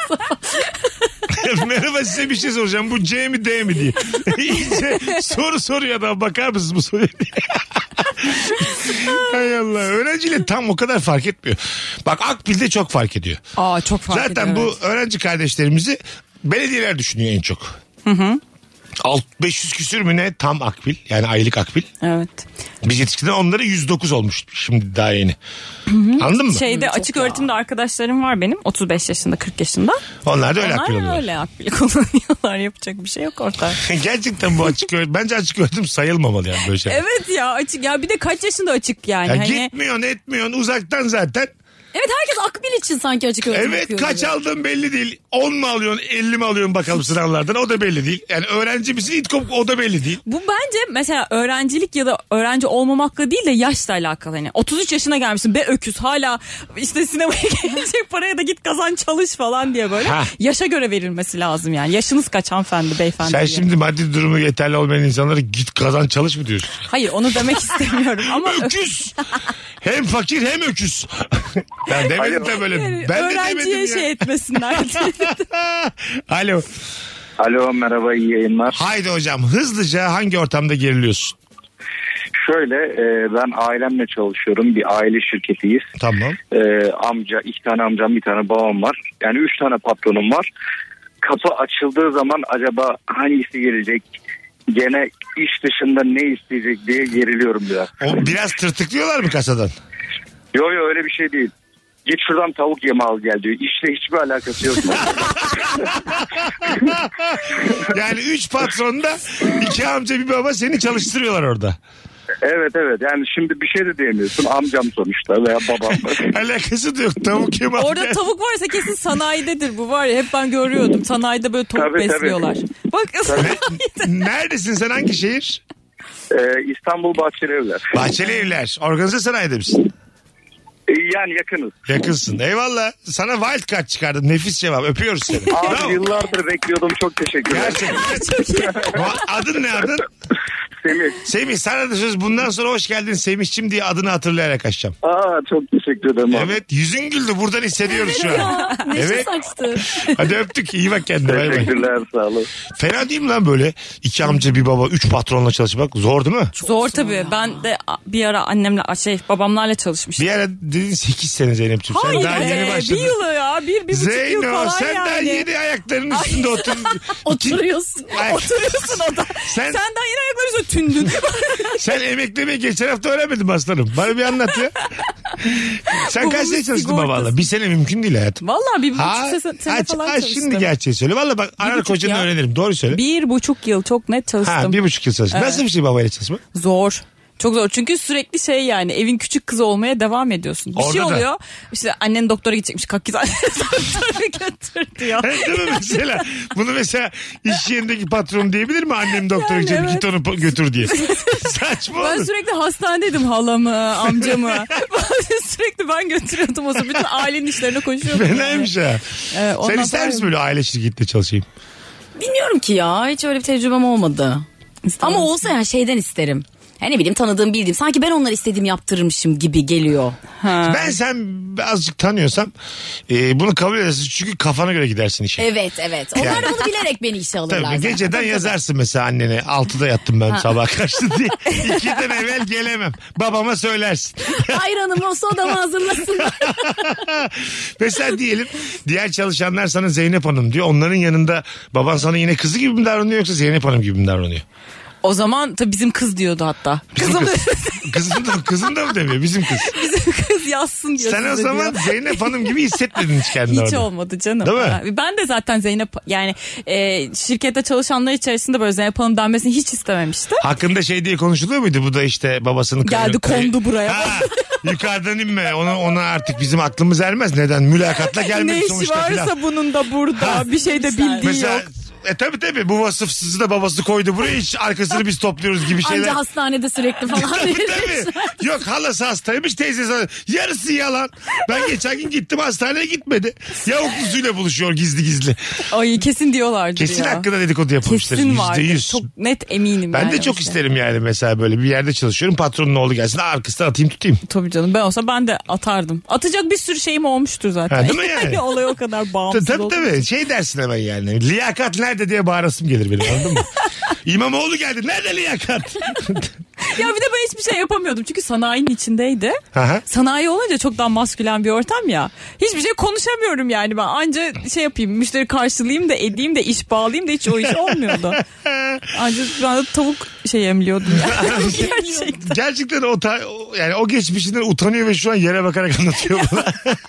[SPEAKER 3] Merhaba, size bir şey soracağım. Bu C mi D mi diye. İyice soru soruyor adam. Bakar mısınız bu soruya diye. Hay Allah. Öğrenciyle tam o kadar fark etmiyor. Bak Akbil'de çok fark ediyor.
[SPEAKER 4] Aa çok fark
[SPEAKER 3] Zaten
[SPEAKER 4] ediyor,
[SPEAKER 3] bu öğrenci kardeşlerimizi belediyeler düşünüyor en çok. 500 küsür mü ne tam akbil, yani aylık akbil.
[SPEAKER 4] evet.
[SPEAKER 3] Biz yetişkinler onları 109 olmuş şimdi daha yeni. Anladın mı?
[SPEAKER 4] Şeyde açık öğretimde arkadaşlarım var benim 35 yaşında 40 yaşında.
[SPEAKER 3] Onlar da öyle akbil
[SPEAKER 4] Onlar
[SPEAKER 3] oluyor.
[SPEAKER 4] öyle akbil kullanıyorlar, yapacak bir şey yok ortada.
[SPEAKER 3] Gerçekten bu açık öğretim, bence açık öğretim sayılmamalı yani böyle şey.
[SPEAKER 4] Evet ya, açık ya, bir de kaç yaşında açık yani.
[SPEAKER 3] Ya
[SPEAKER 4] hani...
[SPEAKER 3] gitmiyorsun etmiyorsun uzaktan zaten.
[SPEAKER 5] Evet, herkes akbil için sanki açık öğretim
[SPEAKER 3] Evet,
[SPEAKER 5] okuyor
[SPEAKER 3] kaç
[SPEAKER 5] gibi.
[SPEAKER 3] aldığın belli değil. 10 mu alıyorsun 50 mi alıyorsun bakalım sınavlardan, o da belli değil. Yani öğrenci misin İTKOM, o da belli değil.
[SPEAKER 4] Bu bence mesela öğrencilik ya da öğrenci olmamakla değil de yaşla alakalı. Hani 33 yaşına gelmişsin be öküz, hala işte sinemaya gelecek paraya da git kazan çalış falan diye böyle.
[SPEAKER 3] Ha.
[SPEAKER 4] Yaşa göre verilmesi lazım yani. Yaşınız kaç hanımefendi, beyefendi
[SPEAKER 3] Sen
[SPEAKER 4] diye.
[SPEAKER 3] şimdi maddi durumu yeterli olmayan insanlara git kazan çalış mı diyorsun?
[SPEAKER 4] Hayır, onu demek istemiyorum ama
[SPEAKER 3] Öküz. Hem fakir hem öküz. Ben demedim de böyle.
[SPEAKER 4] yani
[SPEAKER 3] Ben de
[SPEAKER 4] öğrenciye
[SPEAKER 3] demedim ya.
[SPEAKER 4] şey etmesinler.
[SPEAKER 3] Alo.
[SPEAKER 9] Alo, merhaba, iyi yayınlar.
[SPEAKER 3] Haydi hocam, hızlıca hangi ortamda geriliyorsun?
[SPEAKER 9] Şöyle, ben ailemle çalışıyorum, bir aile şirketiyiz.
[SPEAKER 3] Tamam.
[SPEAKER 9] İki tane amcam, bir tane babam var. Yani 3 tane patronum var. Kapı açıldığı zaman acaba hangisi gelecek, gene iş dışında ne isteyecek diye geriliyorum biraz.
[SPEAKER 3] O biraz tırtıklıyorlar mı kasadan?
[SPEAKER 9] Yo öyle bir şey değil. Git şuradan tavuk yeme al gel diyor. İşle hiçbir alakası yok.
[SPEAKER 3] Yani 3 patronda 2 amca bir baba seni çalıştırıyorlar orada.
[SPEAKER 9] Evet yani şimdi bir şey de diyemiyorsun. Amcam sonuçta veya babam.
[SPEAKER 3] Alakası da yok, tavuk yeme.
[SPEAKER 4] Orada tavuk varsa kesin sanayidedir bu var ya, hep ben görüyordum. Sanayide böyle tavuk besliyorlar. Bak
[SPEAKER 3] Neredesin sen, hangi şehir?
[SPEAKER 9] İstanbul Bahçelievler.
[SPEAKER 3] Bahçelievler. Organize sanayide misin?
[SPEAKER 9] Yani yakınız.
[SPEAKER 3] Yakınsın. Eyvallah. Sana wild card çıkardım. Nefis cevap. Öpüyoruz seni.
[SPEAKER 9] Abi
[SPEAKER 3] Bravo.
[SPEAKER 9] Yıllardır bekliyordum. Çok teşekkür ederim.
[SPEAKER 3] Gerçekten. Adın ne adın?
[SPEAKER 9] Semih.
[SPEAKER 3] Semih, sana da söz, bundan sonra hoş geldin Semih'cim diye adını hatırlayarak açacağım.
[SPEAKER 9] Çok teşekkür ederim abi.
[SPEAKER 3] Evet, yüzün güldü, buradan hissediyoruz şu an.
[SPEAKER 5] Neşe saçtı.
[SPEAKER 3] Hadi öptük, iyi bak kendine. Bay bay.
[SPEAKER 9] Teşekkürler, sağ olun.
[SPEAKER 3] Fena değil mi lan böyle 2 amca bir baba 3 patronla çalışmak? Zor değil mi?
[SPEAKER 4] zor tabii. Ben de bir ara annemle babamlarla çalışmıştım.
[SPEAKER 3] Bir ara dedin 8 sene Zeynep'ciğim.
[SPEAKER 4] Hayır
[SPEAKER 3] Sen daha yeni
[SPEAKER 4] be,
[SPEAKER 3] başladın.
[SPEAKER 4] bir yıl ya. Bir buçuk yıl
[SPEAKER 3] Zeyno,
[SPEAKER 4] falan
[SPEAKER 3] sen
[SPEAKER 4] yani.
[SPEAKER 3] daha yeni ayaklarının üstünde otur.
[SPEAKER 5] Oturuyorsun.
[SPEAKER 4] Oturuyorsun o da. Sen daha yeni ayakları üstüne tündün.
[SPEAKER 3] Sen emeklemeyi geçen hafta öğrenmedin mi aslanım? Bana bir anlat ya. Sen kaç sene çalıştın babanla? Bir sene mümkün değil hayatım.
[SPEAKER 4] Vallahi 1,5 sene falan çalıştım.
[SPEAKER 3] Şimdi gerçeği söyle. Vallahi bak, arar kocanı öğrenirim. Doğru söyle.
[SPEAKER 4] 1,5 yıl çok net çalıştım.
[SPEAKER 3] 1,5 yıl çalıştın. Nasıl bir şey babayla çalışmak?
[SPEAKER 4] Zor. Çok zor. Çünkü sürekli yani evin küçük kızı olmaya devam ediyorsun. Bir
[SPEAKER 3] Orada
[SPEAKER 4] şey
[SPEAKER 3] da.
[SPEAKER 4] oluyor. İşte annen doktora gidecekmiş. Kalk git annen doktora götür diyor.
[SPEAKER 3] Değil mi mesela? Bunu mesela iş yerindeki patron diyebilir mi? Annem doktora
[SPEAKER 4] Yani
[SPEAKER 3] gidecek,
[SPEAKER 4] evet.
[SPEAKER 3] git onu götür diye. Saçma
[SPEAKER 4] Ben
[SPEAKER 3] olur.
[SPEAKER 4] sürekli hastanedeydim, halamı, amcamı. Sürekli ben götürüyordum o zaman. Bütün ailenin işlerine koşuyordum.
[SPEAKER 3] Fenaymış ha. Sen ister misin böyle aile şirketinde çalışayım?
[SPEAKER 5] Bilmiyorum ki ya. Hiç öyle bir tecrübem olmadı. Ama olsa ya şeyden isterim. Ne bileyim, tanıdığım bildiğim. Sanki ben onları istediğim yaptırırmışım gibi geliyor.
[SPEAKER 3] Ben sen azıcık tanıyorsam bunu kabul edersin. Çünkü kafana göre gidersin işe.
[SPEAKER 5] Evet. Onlar da bunu bilerek beni işe alırlar.
[SPEAKER 3] Tabii,
[SPEAKER 5] zaten.
[SPEAKER 3] geceden yazarsın mesela annene 6'da yattım ben sabah karşı diye. 2'den evvel gelemem. Babama söylersin.
[SPEAKER 5] Ayranımı sodamı hazırlasınlar.
[SPEAKER 3] Mesela diyelim diğer çalışanlar sana Zeynep Hanım diyor. Onların yanında baban sana yine kızı gibi mi davranıyor yoksa Zeynep Hanım gibi mi davranıyor?
[SPEAKER 4] O zaman tabii bizim kız diyordu hatta.
[SPEAKER 3] Bizim kızın da mı demiyor? Bizim kız.
[SPEAKER 4] Bizim kız yazsın diyor.
[SPEAKER 3] Sen o
[SPEAKER 4] size
[SPEAKER 3] zaman
[SPEAKER 4] diyor.
[SPEAKER 3] Zeynep Hanım gibi hissetmedin hiç kendini
[SPEAKER 4] Hiç
[SPEAKER 3] orada.
[SPEAKER 4] olmadı canım.
[SPEAKER 3] Değil mi?
[SPEAKER 4] Ben de zaten Zeynep, yani şirkette çalışanlar içerisinde böyle Zeynep Hanım denmesini hiç istememiştim.
[SPEAKER 3] Hakkında şey diye konuşuluyor muydu? Bu da işte babasının...
[SPEAKER 4] Geldi, kondu buraya.
[SPEAKER 3] Ha, yukarıdan inme. Ona artık bizim aklımız ermez. Neden? Mülakatla gelmedi
[SPEAKER 4] Ne işi
[SPEAKER 3] sonuçta
[SPEAKER 4] varsa
[SPEAKER 3] filan.
[SPEAKER 4] bunun da burada. Bir şey de bildiği
[SPEAKER 3] Mesela
[SPEAKER 4] yok.
[SPEAKER 3] tabii bu vasıfsızı da babası koydu buraya, hiç arkasını biz topluyoruz gibi şeyler.
[SPEAKER 5] Anca hastanede sürekli falan
[SPEAKER 3] Tabii.
[SPEAKER 5] verir.
[SPEAKER 3] Yok, halası hastaymış, teyzesi hastaymış. Yarısı yalan. Ben geçen gün gittim, hastaneye gitmedi. Yavuklusuyla buluşuyor gizli.
[SPEAKER 4] Ay kesin diyorlardır
[SPEAKER 3] Kesin
[SPEAKER 4] ya.
[SPEAKER 3] hakkında dedikodu yapılmıştır.
[SPEAKER 4] Kesin vardır.
[SPEAKER 3] %100.
[SPEAKER 4] Çok net eminim.
[SPEAKER 3] Ben
[SPEAKER 4] yani
[SPEAKER 3] de çok
[SPEAKER 4] o şey.
[SPEAKER 3] isterim yani, mesela böyle bir yerde çalışıyorum, patronun oğlu gelsin arkasından atayım tutayım.
[SPEAKER 4] Tabii canım, ben olsa ben de atardım. Atacak bir sürü şeyim olmuştur zaten.
[SPEAKER 3] Ha, değil mi yani?
[SPEAKER 4] Olay o kadar bağımsız
[SPEAKER 3] Tabii
[SPEAKER 4] oldu.
[SPEAKER 3] şey dersin hemen yani. Liyakat nerede diye bağırasım gelir benim, anladın mı? İmamoğlu geldi, nerede liyakat?
[SPEAKER 4] Ya bir de ben hiçbir şey yapamıyordum çünkü sanayinin içindeydi.
[SPEAKER 3] Aha.
[SPEAKER 4] Sanayi olunca çok daha maskülen bir ortam ya. Hiçbir şey konuşamıyorum yani ben. Anca şey yapayım, müşteri karşılayayım da edeyim de iş bağlayayım da hiç o iş olmuyordu. Anca ben de tavuk emliyordum yani. Gerçekten.
[SPEAKER 3] Gerçekten yani o geçmişinden utanıyor ve şu an yere bakarak anlatıyor bana.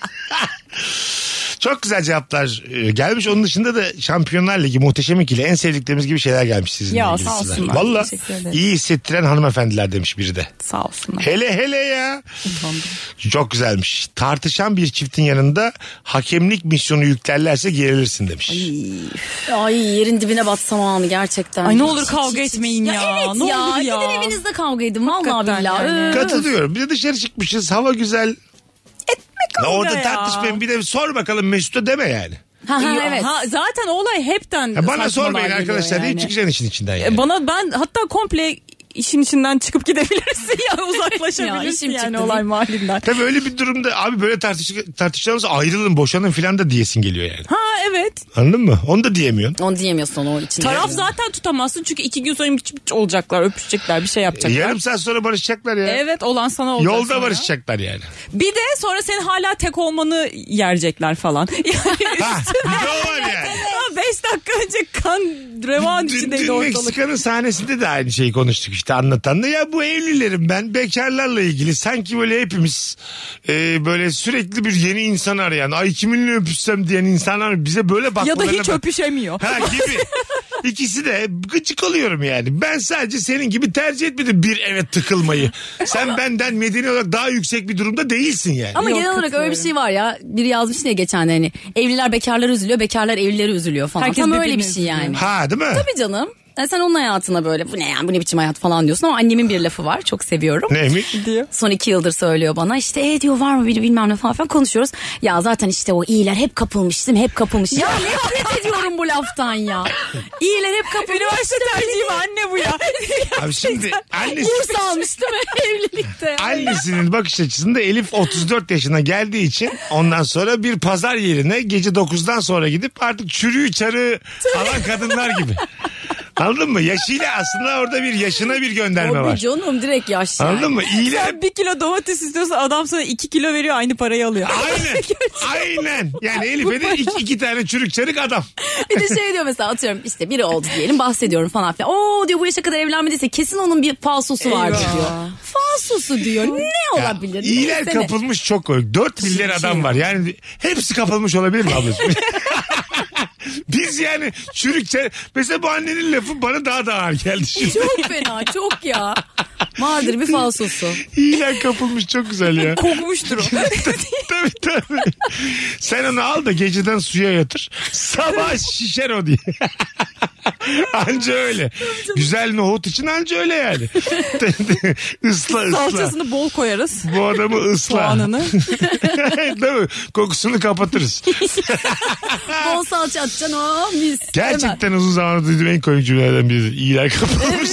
[SPEAKER 3] Çok güzel cevaplar gelmiş. Onun dışında da Şampiyonlar Ligi, Muhteşem İkili, en sevdiklerimiz gibi şeyler gelmiş sizinle
[SPEAKER 4] Ya,
[SPEAKER 3] ilgili
[SPEAKER 4] sağ
[SPEAKER 3] size.
[SPEAKER 4] olsunlar.
[SPEAKER 3] Valla
[SPEAKER 4] Teşekkür ederim.
[SPEAKER 3] iyi hissettiren hanımefendiler demiş biri de.
[SPEAKER 4] Sağ olsunlar.
[SPEAKER 3] Hele ya.
[SPEAKER 4] Utandım.
[SPEAKER 3] Çok güzelmiş. Tartışan bir çiftin yanında hakemlik misyonu yüklerlerse gerilirsin demiş.
[SPEAKER 5] Ay yerin dibine batsam anı gerçekten.
[SPEAKER 4] Ay ne olur kavga etmeyin ya.
[SPEAKER 5] Evet
[SPEAKER 4] Ne
[SPEAKER 5] ya.
[SPEAKER 4] olur ya.
[SPEAKER 5] Gidin evinizde kavga edin. Vallahi
[SPEAKER 4] Hakikaten
[SPEAKER 5] billahi.
[SPEAKER 4] yani.
[SPEAKER 3] Katılıyorum. Bir de dışarı çıkmışız. Hava güzel.
[SPEAKER 4] Kavga
[SPEAKER 3] Orada
[SPEAKER 4] ya.
[SPEAKER 3] tartışmayın. Bir de sor bakalım Mesut'a deme yani.
[SPEAKER 5] Evet.
[SPEAKER 4] Zaten olay hepten
[SPEAKER 3] Ya bana
[SPEAKER 4] saçmalığa
[SPEAKER 3] sormayın
[SPEAKER 4] geliyor
[SPEAKER 3] arkadaşlar
[SPEAKER 4] yani.
[SPEAKER 3] deyip çıkacaksın işin içinden yani.
[SPEAKER 4] Ben hatta komple işin içinden çıkıp gidebilirsin ya, uzaklaşabilirsin
[SPEAKER 5] Ya, işim
[SPEAKER 4] yani
[SPEAKER 5] çıktı
[SPEAKER 4] olay
[SPEAKER 5] deyip.
[SPEAKER 4] mahallinden.
[SPEAKER 3] Tabii öyle bir durumda abi böyle tartışacağınız ayrılın, boşanın filan da diyesin geliyor yani.
[SPEAKER 4] Ha evet.
[SPEAKER 3] Anladın mı? Onu da diyemiyorsun.
[SPEAKER 5] Onu diyemiyorsun o içinde.
[SPEAKER 4] Taraf zaten tutamazsın çünkü 2 gün sonra olacaklar, öpüşecekler, bir şey yapacaklar.
[SPEAKER 3] Yarım saat sonra barışacaklar ya.
[SPEAKER 4] Evet, olan sana olacak.
[SPEAKER 3] Yolda
[SPEAKER 4] sonra.
[SPEAKER 3] barışacaklar yani.
[SPEAKER 4] Bir de sonra senin hala tek olmanı yerecekler falan. Yani
[SPEAKER 3] Ha, bir de o var yani.
[SPEAKER 4] 5 dakika önce kan revan içindeydi
[SPEAKER 3] Dün
[SPEAKER 4] ortalık.
[SPEAKER 3] Meksika'nın sahnesinde de aynı şeyi konuştuk işte anlatanla. Ya bu evlilerim ben bekarlarla ilgili sanki böyle hepimiz böyle sürekli bir yeni insan arayan, ay kiminle öpüşsem diyen insanlar bize böyle
[SPEAKER 4] Ya
[SPEAKER 3] bakmalarına
[SPEAKER 4] da hiç öpüşemiyor.
[SPEAKER 3] Ha gibi. İkisi de gıcık oluyorum yani. Ben sadece senin gibi tercih etmedim bir eve tıkılmayı. Sen benden medeni olarak daha yüksek bir durumda değilsin yani.
[SPEAKER 5] Ama
[SPEAKER 4] Yok,
[SPEAKER 5] genel olarak öyle bir şey var ya. Biri yazmış ya geçen de hani evliler bekarlara üzülüyor, bekarlar evlilere üzülüyor falan.
[SPEAKER 4] Herkes
[SPEAKER 5] Tam öyle
[SPEAKER 4] birbirine
[SPEAKER 5] bir şey yani.
[SPEAKER 3] Ha değil mi?
[SPEAKER 5] Tabii canım. Sen onun hayatına böyle bu ne yani bu ne biçim hayat falan diyorsun ama annemin bir lafı var çok seviyorum.
[SPEAKER 3] Neymiş?
[SPEAKER 5] Son 2 yıldır söylüyor bana işte diyor var mı biri bilmem ne falan konuşuyoruz. Ya zaten işte o iyiler hep kapılmış değil mi hep kapılmış. Ya nefret ediyorum bu laftan ya. İyiler hep kapılmış.
[SPEAKER 4] Üniversite tercihi mi anne bu ya?
[SPEAKER 3] Abi şimdi annesi...
[SPEAKER 5] Kurs almış değil mi evlilikte?
[SPEAKER 3] Annesinin bakış açısında Elif 34 yaşına geldiği için ondan sonra bir pazar yerine gece 9'dan sonra gidip artık çürüğü çarığı alan kadınlar gibi. Anladın mı? Yaşıyla aslında orada bir yaşına bir gönderme
[SPEAKER 5] Tabii
[SPEAKER 3] var.
[SPEAKER 5] canım direkt yaş yani.
[SPEAKER 3] Anladın mı? İyiler...
[SPEAKER 4] Sen 1 kilo domates istiyorsan adam sana 2 kilo veriyor aynı parayı alıyor.
[SPEAKER 3] Aynen. Aynen. Yani Elif'e de iki tane çürük çarık adam.
[SPEAKER 5] Bir de şey diyor mesela atıyorum işte biri oldu diyelim bahsediyorum falan filan. Oo diyor bu yaşa kadar evlenmediyse kesin onun bir falsosu vardır diyor. Falsosu diyor. Ne olabilir?
[SPEAKER 3] İyiler
[SPEAKER 5] Neyse ne?
[SPEAKER 3] kapılmış çok öyle. 4 milyar adam var. Yani hepsi kapılmış olabilir mi ablacığım? Biz yani çürükçe mesela bu annenin lafı bana daha da ağır geldi şimdi.
[SPEAKER 5] Çok fena çok ya. Vardır bir falsosu.
[SPEAKER 3] İyiler kapılmış çok güzel ya.
[SPEAKER 4] Kokmuştur o.
[SPEAKER 3] tabii. Sen onu al da geceden suya yatır. Sabah şişer o diye. Anca öyle. Güzel nohut için anca öyle yani. Isla.
[SPEAKER 4] Salçasını bol koyarız.
[SPEAKER 3] Bu adamı ısla.
[SPEAKER 4] Soğanını.
[SPEAKER 3] Değil mi? Kokusunu kapatırız.
[SPEAKER 5] Bol salça atacaksın o mis.
[SPEAKER 3] Gerçekten uzun zamandır duyduğum en komik cümlelerden biri. İyiler kapılmış.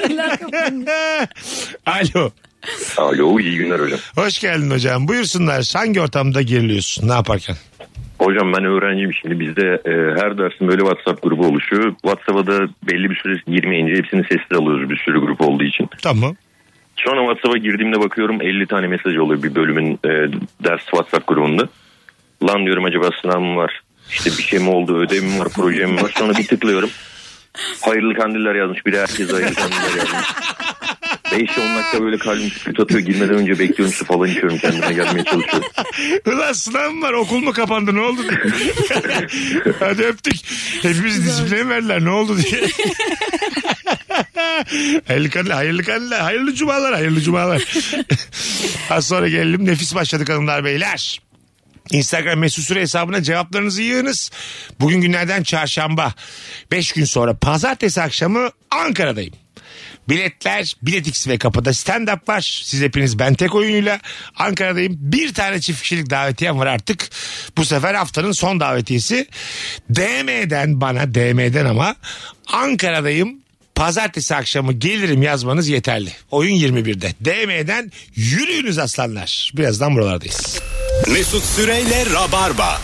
[SPEAKER 3] Alo.
[SPEAKER 10] Alo iyi günler hocam.
[SPEAKER 3] Hoş geldin hocam. Buyursunlar. Hangi ortamda geriliyorsun? Ne yaparken?
[SPEAKER 10] Hocam ben öğrenciyim şimdi bizde her dersin böyle WhatsApp grubu oluşuyor. WhatsApp'a da belli bir süre girmeyince hepsini sesli alıyoruz bir sürü grup olduğu için.
[SPEAKER 3] Tamam.
[SPEAKER 10] Sonra WhatsApp'a girdiğimde bakıyorum 50 tane mesaj oluyor bir bölümün ders WhatsApp grubunda. Lan diyorum acaba sınav mı var? İşte bir şey mi oldu, ödev mi var, proje mi var? Sonra bir tıklıyorum. Hayırlı kandiller yazmış. Biri herkese hayırlı kandiller yazmış. 5-10 dakika böyle kalbim süt atıyor. Girmeden önce bekliyorum su falan içiyorum. Kendime gelmeye çalışıyorum.
[SPEAKER 3] Ulan sınav mı var? Okul mu kapandı? Ne oldu diye. Hadi öptük. Hepimiz disipline verdiler. Ne oldu diye. Hayırlı kandiller. Hayırlı cumalar. Az sonra gelelim. Nefis başladık hanımlar beyler. Instagram mesut süre hesabına cevaplarınızı yığınız. Bugün günlerden çarşamba. 5 gün sonra pazartesi akşamı Ankara'dayım. Biletler Biletix ve kapıda stand-up var. Siz hepiniz ben tek oyunuyla Ankara'dayım. Bir tane çift kişilik davetiyem var artık. Bu sefer haftanın son davetiyesi. DM'den ama Ankara'dayım. Pazartesi akşamı gelirim yazmanız yeterli. Oyun 21'de. DM'den yürüyünüz aslanlar. Birazdan buralardayız.
[SPEAKER 2] Mesut Süreyle Rabarba.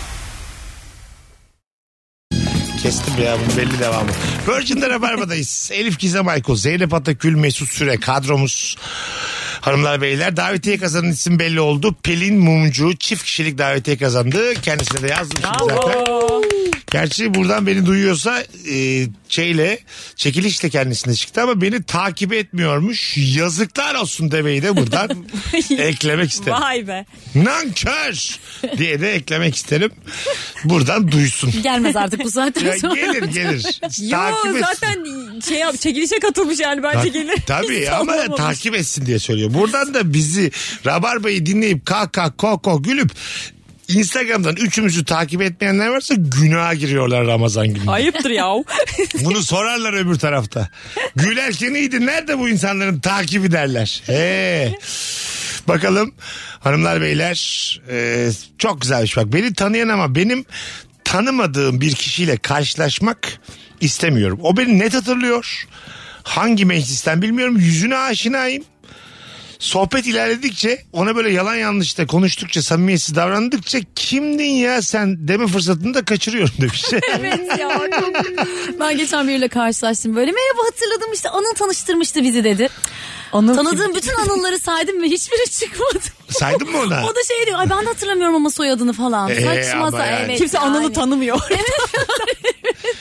[SPEAKER 3] Kestim ya bunun belli devamı. Virgin'de Rabarba'dayız. Elif Gizem Ayko, Zeynep Atakül, Mesut Süre kadromuz. Hanımlar beyler davetiye kazanan isim belli oldu. Pelin Mumcu çift kişilik davetiye kazandı. Kendisine de yazmışım zaten. Gerçi buradan beni duyuyorsa çekilişle kendisine çıktı ama beni takip etmiyormuş. Yazıklar olsun demeyi de buradan eklemek isterim.
[SPEAKER 4] Vay be.
[SPEAKER 3] Nankör diye de eklemek isterim. Buradan duysun.
[SPEAKER 5] Gelmez artık bu saatten
[SPEAKER 3] Ya
[SPEAKER 5] sonra.
[SPEAKER 3] gelir.
[SPEAKER 4] Yo zaten çekilişe katılmış yani bence gelir.
[SPEAKER 3] Tabii
[SPEAKER 4] Hiç
[SPEAKER 3] ama
[SPEAKER 4] anlamamış.
[SPEAKER 3] takip etsin diye söylüyor. Buradan da bizi Rabarba'yı dinleyip koko gülüp Instagram'dan üçümüzü takip etmeyenler varsa günaha giriyorlar Ramazan günü.
[SPEAKER 4] Ayıptır ya.
[SPEAKER 3] Bunu sorarlar öbür tarafta. Gülerken iyiydi. Nerede bu insanların takibi derler. Bakalım hanımlar beyler çok güzelmiş bak. Beni tanıyan ama benim tanımadığım bir kişiyle karşılaşmak istemiyorum. O beni net hatırlıyor. Hangi meclisten bilmiyorum. Yüzüne aşinayım. Sohbet ilerledikçe ona böyle yalan yanlış da konuştukça samimiyetsiz davrandıkça kimdin ya sen deme fırsatını da kaçırıyorum demiş.
[SPEAKER 5] Evet ya. Ben geçen biriyle karşılaştım böyle merhaba hatırladım işte Anıl tanıştırmıştı bizi dedi. Tanıdığım bütün Anıl'ları saydım ve hiçbiri çıkmadı.
[SPEAKER 3] Saydın mı ona?
[SPEAKER 5] O da şey diyor ay ben de hatırlamıyorum ama soyadını falan. Saçma
[SPEAKER 3] ama yani.
[SPEAKER 5] evet.
[SPEAKER 4] Kimse
[SPEAKER 5] yani.
[SPEAKER 4] Anıl'ı tanımıyor.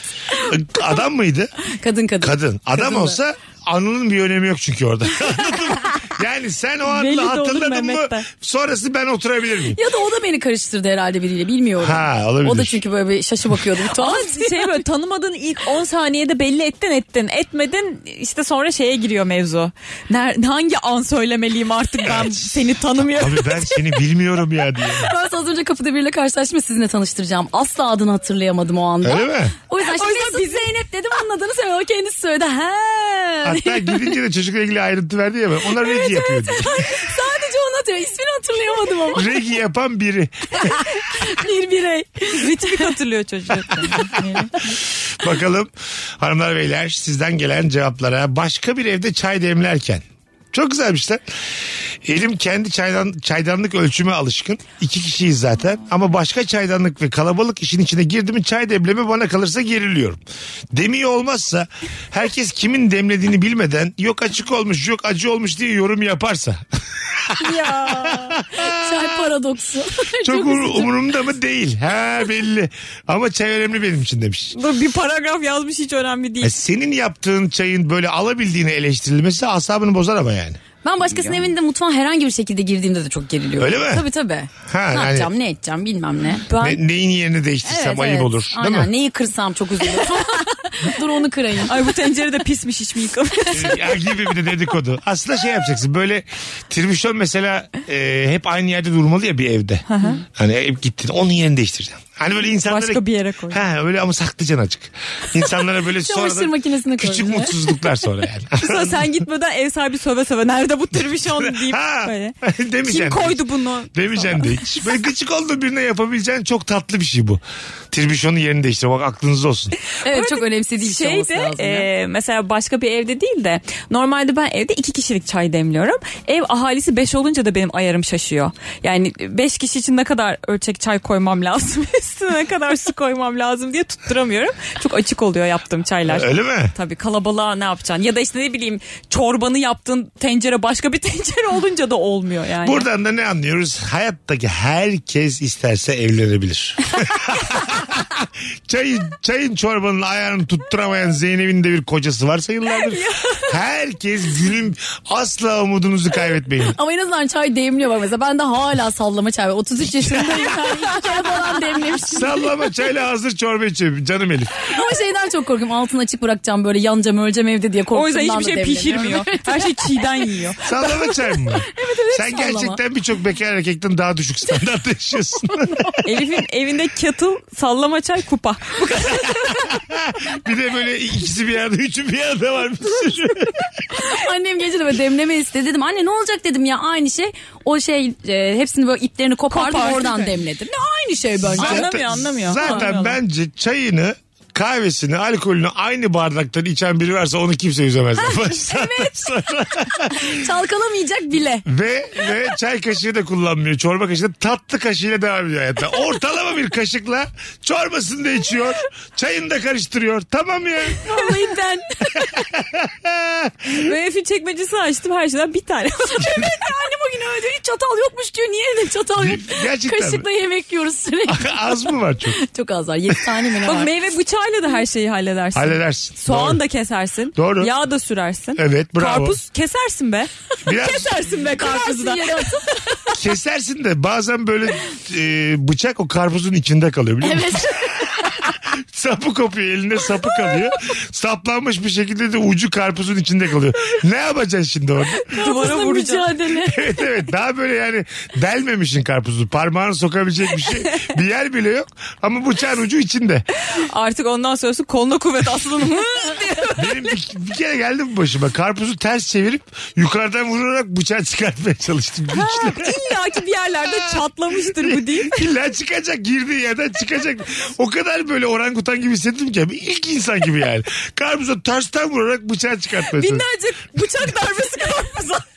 [SPEAKER 3] Adam mıydı?
[SPEAKER 5] Kadın.
[SPEAKER 3] Kadın. Adam
[SPEAKER 5] Kadındı.
[SPEAKER 3] olsa anının bir önemi yok çünkü orada. Anladın mı? Yani sen o
[SPEAKER 4] Belli de
[SPEAKER 3] anını
[SPEAKER 4] olur
[SPEAKER 3] hatırladın mı?
[SPEAKER 4] Mehmet'ten.
[SPEAKER 3] Sonrası ben oturabilir miyim?
[SPEAKER 5] Ya da o da beni karıştırdı herhalde biriyle, bilmiyorum.
[SPEAKER 3] Ha, olabilir.
[SPEAKER 5] O da çünkü böyle bir şaşı bakıyordu. Bir tuhaf.
[SPEAKER 4] Şey böyle tanımadığın ilk 10 saniyede belli ettin. Etmedin işte sonra şeye giriyor mevzu. Hangi an söylemeliyim artık ben seni tanımıyorum.
[SPEAKER 3] Abi ben seni bilmiyorum ya diye.
[SPEAKER 5] Ben az önce kapıda biriyle karşılaştım, sizinle tanıştıracağım. Asla adını hatırlayamadım o anda.
[SPEAKER 3] Öyle mi?
[SPEAKER 5] O yüzden şimdi Mesut Zeynep dedim, onun adını söyledi. O kendisi söyledi.
[SPEAKER 3] Hatta gidince de çocukla ilgili ayrıntı verdi ya. Onlar regi yapıyor. diye.
[SPEAKER 5] Sadece onu hatırlıyorum. İsmini hatırlayamadım ama.
[SPEAKER 3] Regi yapan biri.
[SPEAKER 5] Bir birey.
[SPEAKER 4] Ritmik hatırlıyor çocuk.
[SPEAKER 3] Bakalım hanımlar beyler sizden gelen cevaplara. Başka bir evde çay demlerken. Çok güzelmiş lan. Elim kendi çaydanlık ölçüme alışkın. 2 kişiyiz zaten. Ama başka çaydanlık ve kalabalık işin içine girdi mi çay demleme bana kalırsa geriliyorum. Demiyor olmazsa herkes kimin demlediğini bilmeden yok açık olmuş yok acı olmuş diye yorum yaparsa.
[SPEAKER 5] Ya. Çay paradoksu.
[SPEAKER 3] Çok umurumda mı değil. Ha belli. Ama çay önemli benim için demiş.
[SPEAKER 4] Bir paragraf yazmış, hiç önemli değil.
[SPEAKER 3] Senin yaptığın çayın böyle alabildiğine eleştirilmesi asabını bozar ama yani.
[SPEAKER 5] Ben başkasının evinde mutfağa herhangi bir şekilde girdiğimde de çok geriliyorum.
[SPEAKER 3] Öyle mi?
[SPEAKER 5] Tabii.
[SPEAKER 3] Ha,
[SPEAKER 5] ne
[SPEAKER 3] yani-
[SPEAKER 5] yapacağım, ne edeceğim bilmem ne.
[SPEAKER 3] Neyin yerini değiştirsem ayıp olur. Değil
[SPEAKER 5] Aynen.
[SPEAKER 3] mi?
[SPEAKER 5] Neyi kırsam çok üzülürüm. Dur onu kırayım.
[SPEAKER 4] Ay bu tencere de pismiş, hiç mi yıkamıyorsun?
[SPEAKER 3] Ya gibi bir de dedikodu. Aslında şey yapacaksın böyle tribüşon mesela hep aynı yerde durmalı ya bir evde. Hani hep gittin onun yerini değiştireceksin. Hani böyle insanlara...
[SPEAKER 4] Başka bir yere koy.
[SPEAKER 3] Ha öyle ama saklayacaksın açık. İnsanlara böyle
[SPEAKER 5] Çamaşır
[SPEAKER 3] sonra
[SPEAKER 5] makinesine
[SPEAKER 3] küçük
[SPEAKER 5] koyacaksın.
[SPEAKER 3] mutsuzluklar sonra yani.
[SPEAKER 4] Sonra sen gitmeden ev sahibi söve nerede bu tribüşon deyip
[SPEAKER 3] Ha,
[SPEAKER 4] böyle.
[SPEAKER 3] demeyeceksin.
[SPEAKER 4] Kim koydu bunu?
[SPEAKER 3] Demeyeceksin de hiç. Böyle gıcık olduğu birine yapabileceğin çok tatlı bir şey bu. Tribüşonun yerini değiştir. Bak aklınızda olsun.
[SPEAKER 5] Evet, çok önemsediği bir şey olması lazım. Ya.
[SPEAKER 4] Mesela başka bir evde değil de normalde ben evde 2 kişilik çay demliyorum. Ev ahalisi 5 olunca da benim ayarım şaşıyor. Yani 5 kişi için ne kadar ölçek çay koymam lazım, üstüne ne kadar su koymam lazım diye tutturamıyorum. Çok açık oluyor yaptığım çaylar.
[SPEAKER 3] Öyle mi?
[SPEAKER 4] Tabii kalabalığa ne yapacaksın? Ya da işte ne bileyim çorbanı yaptığın tencere başka bir tencere olunca da olmuyor yani.
[SPEAKER 3] Buradan da ne anlıyoruz? Hayattaki herkes isterse evlenebilir. Çayın çorbanın ayarını tutturamayan Zeynep'in de bir kocası varsa yıllardır. Herkes günün asla umudunuzu kaybetmeyin.
[SPEAKER 5] Ama en azından çay demliyor bak mesela. Ben de hala sallama çay var. 33 yaşındayım. Yani 2 kere falan demlemiştim.
[SPEAKER 3] Sallama çayla hazır çorba içiyorum canım Elif.
[SPEAKER 5] Ama şeyden çok korkuyorum. Altını açık bırakacağım böyle yanacağım öleceğim evde diye
[SPEAKER 4] O yüzden
[SPEAKER 5] korktuğumdan
[SPEAKER 4] hiçbir
[SPEAKER 5] da
[SPEAKER 4] şey
[SPEAKER 5] demlemiyorum.
[SPEAKER 4] pişirmiyor. Her şey çiğden yiyor.
[SPEAKER 3] Sallama çay mı?
[SPEAKER 5] Evet,
[SPEAKER 3] Sen
[SPEAKER 5] sallama.
[SPEAKER 3] gerçekten birçok bekar erkekten daha düşük standartta yaşıyorsun.
[SPEAKER 4] Elif'in evinde kettle, sallama çay, kupa.
[SPEAKER 3] Bir de böyle ikisi bir yerde, üçü bir yerde var. Bir sürü.
[SPEAKER 5] Annem gece de böyle demleme istedi. Dedim anne ne olacak dedim ya, aynı şey. O şey hepsini böyle iplerini kopardım
[SPEAKER 4] Kopardık
[SPEAKER 5] oradan
[SPEAKER 4] mı?
[SPEAKER 5] demledim. Ne aynı şey bence.
[SPEAKER 4] Anlamıyor.
[SPEAKER 3] Zaten
[SPEAKER 4] Anlamıyor.
[SPEAKER 3] bence çayını, kahvesini, alkolünü aynı bardaktan içen biri varsa onu kimse üzemez. Evet.
[SPEAKER 5] Çalkalamayacak bile.
[SPEAKER 3] Ve çay kaşığı da kullanmıyor. Çorba kaşığı da tatlı kaşığıyla devam ediyor hayatta. Ortalama bir kaşıkla çorbasını da içiyor. Çayını da karıştırıyor. Tamam ya.
[SPEAKER 5] Vallahi ben.
[SPEAKER 4] Ve Efe'nin çekmecesini açtım, her şeyden bir tane.
[SPEAKER 5] Evet annem o gün öyle diyor. Hiç çatal yokmuş diyor. Niye evde çatal yok?
[SPEAKER 3] Gerçekten mi?
[SPEAKER 5] Kaşıkla yemek yiyoruz sürekli.
[SPEAKER 3] Az mı var çok?
[SPEAKER 5] Çok az var. 7 tane mi ne
[SPEAKER 4] Bak
[SPEAKER 5] var?
[SPEAKER 4] meyve bıçağıyla da her şeyi halledersin.
[SPEAKER 3] Halledersin.
[SPEAKER 4] Soğan
[SPEAKER 3] Doğru.
[SPEAKER 4] da kesersin.
[SPEAKER 3] Doğru.
[SPEAKER 4] Yağ da sürersin.
[SPEAKER 3] Evet, bravo.
[SPEAKER 4] Karpuz kesersin be.
[SPEAKER 3] Biraz
[SPEAKER 4] Kesersin be karpuzu da.
[SPEAKER 5] Yere atıp.
[SPEAKER 3] kesersin de bazen böyle bıçak o karpuzun içinde kalıyor biliyor musun?
[SPEAKER 5] Evet.
[SPEAKER 3] Sapı kopuyor, elinde sapı kalıyor. Saplanmış bir şekilde de ucu karpuzun içinde kalıyor. Ne yapacaksın şimdi orada?
[SPEAKER 4] Duvara vuracağım.
[SPEAKER 5] Mücadele.
[SPEAKER 3] Evet daha böyle yani delmemişsin karpuzu. Parmağını sokabilecek bir şey. Bir yer bile yok. Ama bıçağın ucu içinde.
[SPEAKER 4] Artık ondan sonrası koluna kuvvet aslanım.
[SPEAKER 3] Benim bir kere geldi bu başıma. Karpuzu ters çevirip yukarıdan vurarak bıçağı çıkartmaya çalıştım. Güçle.
[SPEAKER 4] İlla ki bir yerlerde çatlamıştır bu değil.
[SPEAKER 3] İlla çıkacak, girdiği yerden çıkacak. O kadar böyle orangutan gibi hissettim ki. İlk insan gibi yani. Karpuzu tersten vurarak bıçağı çıkartmaya çalıştım.
[SPEAKER 4] Binlerce bıçak darbesi karpuza.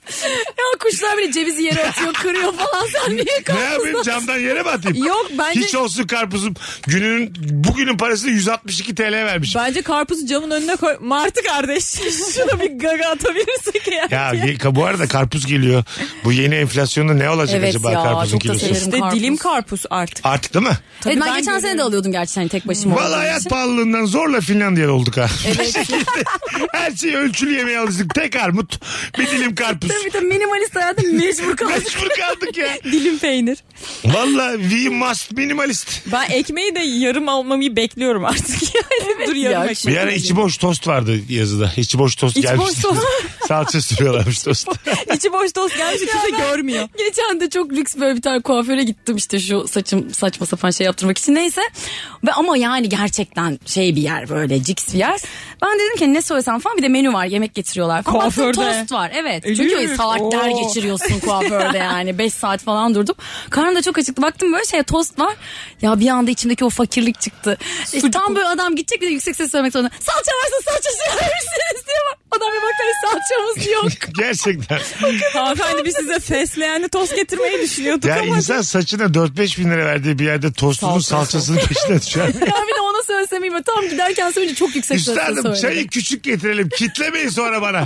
[SPEAKER 5] Ya kuşlar bile cevizi yere atıyor, kırıyor falan. Sen niye
[SPEAKER 3] Ne
[SPEAKER 5] karpuzdan?
[SPEAKER 3] yapayım, camdan yere mi atayım?
[SPEAKER 4] Yok, bence-
[SPEAKER 3] Hiç olsun karpuzum. Bugünün parasını 162 TL vermişim.
[SPEAKER 4] Bence karpuzu camın önüne koy. Martı kardeş. Şuna bir gaga atabilirsek eğer.
[SPEAKER 3] Ya bu arada karpuz geliyor. Bu yeni enflasyonda ne olacak
[SPEAKER 5] Evet
[SPEAKER 3] acaba
[SPEAKER 5] ya,
[SPEAKER 3] karpuzun
[SPEAKER 5] çok da
[SPEAKER 3] kilosu?
[SPEAKER 5] severim.
[SPEAKER 4] İşte
[SPEAKER 5] Karpuz.
[SPEAKER 4] dilim karpuz artık.
[SPEAKER 3] Artık değil mi?
[SPEAKER 5] Evet, ben
[SPEAKER 4] ben
[SPEAKER 5] geçen sene de
[SPEAKER 4] görüyorum.
[SPEAKER 5] alıyordum gerçi hani tek başıma
[SPEAKER 3] Vallahi
[SPEAKER 5] olduğum
[SPEAKER 3] hayat
[SPEAKER 5] için.
[SPEAKER 3] pahalılığından zorla Finlandiya'da olduk ha.
[SPEAKER 5] Evet.
[SPEAKER 3] Her şeyi ölçülü yemeye alıştık. Tek armut, bir dilim karpuz.
[SPEAKER 5] Bir de minimalist hayata mecbur kaldık.
[SPEAKER 3] Mecbur kaldık ya.
[SPEAKER 4] Dilim peynir.
[SPEAKER 3] Vallahi we must minimalist.
[SPEAKER 4] Ben ekmeği de yarım almamayı bekliyorum artık. Yani dur yarım
[SPEAKER 5] Ya,
[SPEAKER 4] ekmek.
[SPEAKER 3] Bir ara içi boş tost vardı yazıda. İçi boş tost
[SPEAKER 4] İçi
[SPEAKER 3] gelmiş.
[SPEAKER 4] boş tost.
[SPEAKER 3] Salça sürüyorlarmış tost.
[SPEAKER 4] İçi boş tost gelmiş kimse görmüyor.
[SPEAKER 5] Geçen de çok lüks böyle bir tane kuaföre gittim işte şu saçma sapan şey yaptırmak için neyse. Ama yani gerçekten bir yer böyle cix bir yer. Ben dedim ki ne söylesem falan, bir de menü var, yemek getiriyorlar falan. Baktım
[SPEAKER 4] Kuaförde.
[SPEAKER 5] tost var, evet.
[SPEAKER 4] Ölür.
[SPEAKER 5] Çünkü saatler
[SPEAKER 4] Oo.
[SPEAKER 5] geçiriyorsun kuaförde yani 5 saat falan durdum. Karnım da çok acıktı, baktım böyle tost var. Ya bir anda içimdeki o fakirlik çıktı. Tam böyle adam gidecek bir de yüksek ses söylemek zorunda. Salça varsa salça sürersiniz diye var. Adam bir bakar salçamız yok.
[SPEAKER 3] Gerçekten.
[SPEAKER 4] Hanımefendi biz size fesleğenli tost getirmeyi düşünüyorduk
[SPEAKER 3] Ya
[SPEAKER 4] ama.
[SPEAKER 3] insan saçına 4-5 bin lira verdiği bir yerde tostunun salçasının peşine düşer.
[SPEAKER 5] Ya bir de ona söylesem iyi. Tam giderken söyleyince çok yüksek sesle
[SPEAKER 3] Üstadım
[SPEAKER 5] söyledim.
[SPEAKER 3] çayı küçük getirelim. Kitlemeyin sonra bana.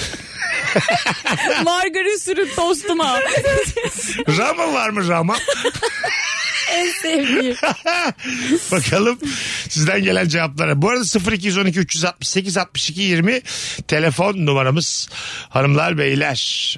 [SPEAKER 4] Margarin sürüp tostuma.
[SPEAKER 3] Rama var mı rama?
[SPEAKER 5] En sevdiğim.
[SPEAKER 3] Bakalım sizden gelen cevaplara. Bu arada 0212 368 62 20 telefon numaramız. Hanımlar beyler.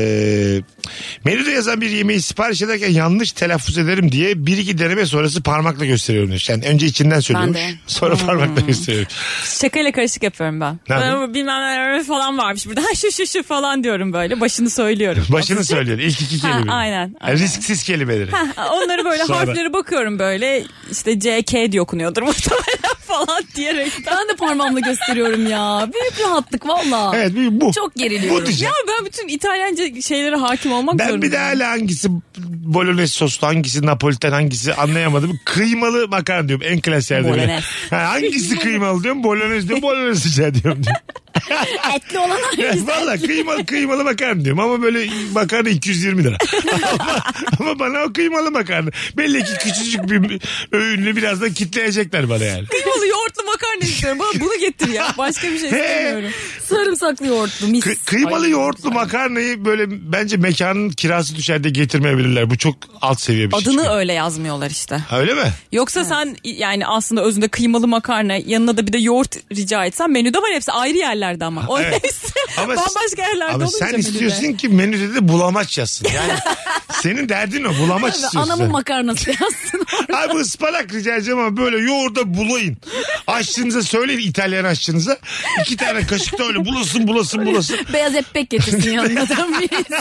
[SPEAKER 3] Menüde yazan bir yemeği sipariş ederken yanlış telaffuz ederim diye 1-2 deneme sonrası parmakla gösteriyorum. Yani önce içinden söylüyormuş.
[SPEAKER 5] Ben de.
[SPEAKER 3] Sonra parmakla gösteriyorum.
[SPEAKER 4] Şakayla karışık yapıyorum ben.
[SPEAKER 3] Ne yapayım?
[SPEAKER 4] Bilmem ne falan varmış burada. Ha, şu falan diyorum böyle. Başını söylüyorum.
[SPEAKER 3] Başını söylüyor. İlk 2 kelime.
[SPEAKER 4] Aynen.
[SPEAKER 3] Yani risksiz kelimeleri.
[SPEAKER 4] Onları böyle
[SPEAKER 3] Sonra.
[SPEAKER 4] harfleri bakıyorum böyle. İşte CK diye okunuyordur muhtemelen falan diyerek.
[SPEAKER 5] Ben de parmağımla gösteriyorum ya. Büyük rahatlık valla.
[SPEAKER 3] Evet bu.
[SPEAKER 5] Çok geriliyorum.
[SPEAKER 3] Bu diyeceğim.
[SPEAKER 4] Ya ben bütün İtalyanca şeylere hakim olmak
[SPEAKER 3] Ben
[SPEAKER 4] zorundayım.
[SPEAKER 3] bir de hala hangisi bolognese soslu, hangisi napoliten, hangisi anlayamadım. Kıymalı makarna diyorum en klas yerde. böyle.
[SPEAKER 4] Bolognese.
[SPEAKER 3] Hangisi kıymalı diyorum, bolognese diyorum, bolognese rica diyorum.
[SPEAKER 5] Etli olan hangisi?
[SPEAKER 3] Valla kıymalı makarna diyorum ama böyle makarna 220 lira. ama bana o kıymalı makarna. Belli ki küçücük bir öğünle birazdan kitleyecekler bana yani.
[SPEAKER 4] Kıymalı yoğurtlu makarna istiyorum. Bana bunu getir ya. Başka bir şey istemiyorum.
[SPEAKER 5] Sarımsaklı yoğurtlu mis.
[SPEAKER 3] Kıymalı
[SPEAKER 5] Ay,
[SPEAKER 3] yoğurtlu makarnayı böyle bence mekanın kirası düşer de getirmeyebilirler. Bu çok alt seviye bir şey.
[SPEAKER 4] Adını
[SPEAKER 3] çünkü.
[SPEAKER 4] öyle yazmıyorlar işte.
[SPEAKER 3] Öyle mi?
[SPEAKER 4] Yoksa sen yani aslında özünde kıymalı makarna yanına da bir de yoğurt rica etsen menüde var, hepsi ayrı yerlerde ama. O
[SPEAKER 3] Evet.
[SPEAKER 4] hepsi
[SPEAKER 3] Ama-
[SPEAKER 4] bambaşka yerlerde
[SPEAKER 3] Ama
[SPEAKER 4] olunca
[SPEAKER 3] sen
[SPEAKER 4] menüde.
[SPEAKER 3] istiyorsun ki menüde de bulamaç yazsın. Yani senin derdin o, bulamaç istiyorsun.
[SPEAKER 5] Anamın
[SPEAKER 3] sen.
[SPEAKER 5] makarnası yazsın.
[SPEAKER 3] Abi ıspanak rica edeceğim ama böyle yoğurda bulayın. Aşçınıza söyleyin, İtalyan aşçınıza. 2 tane kaşık da öyle bulasın.
[SPEAKER 5] Beyaz ekmek getirsin yanına da mis.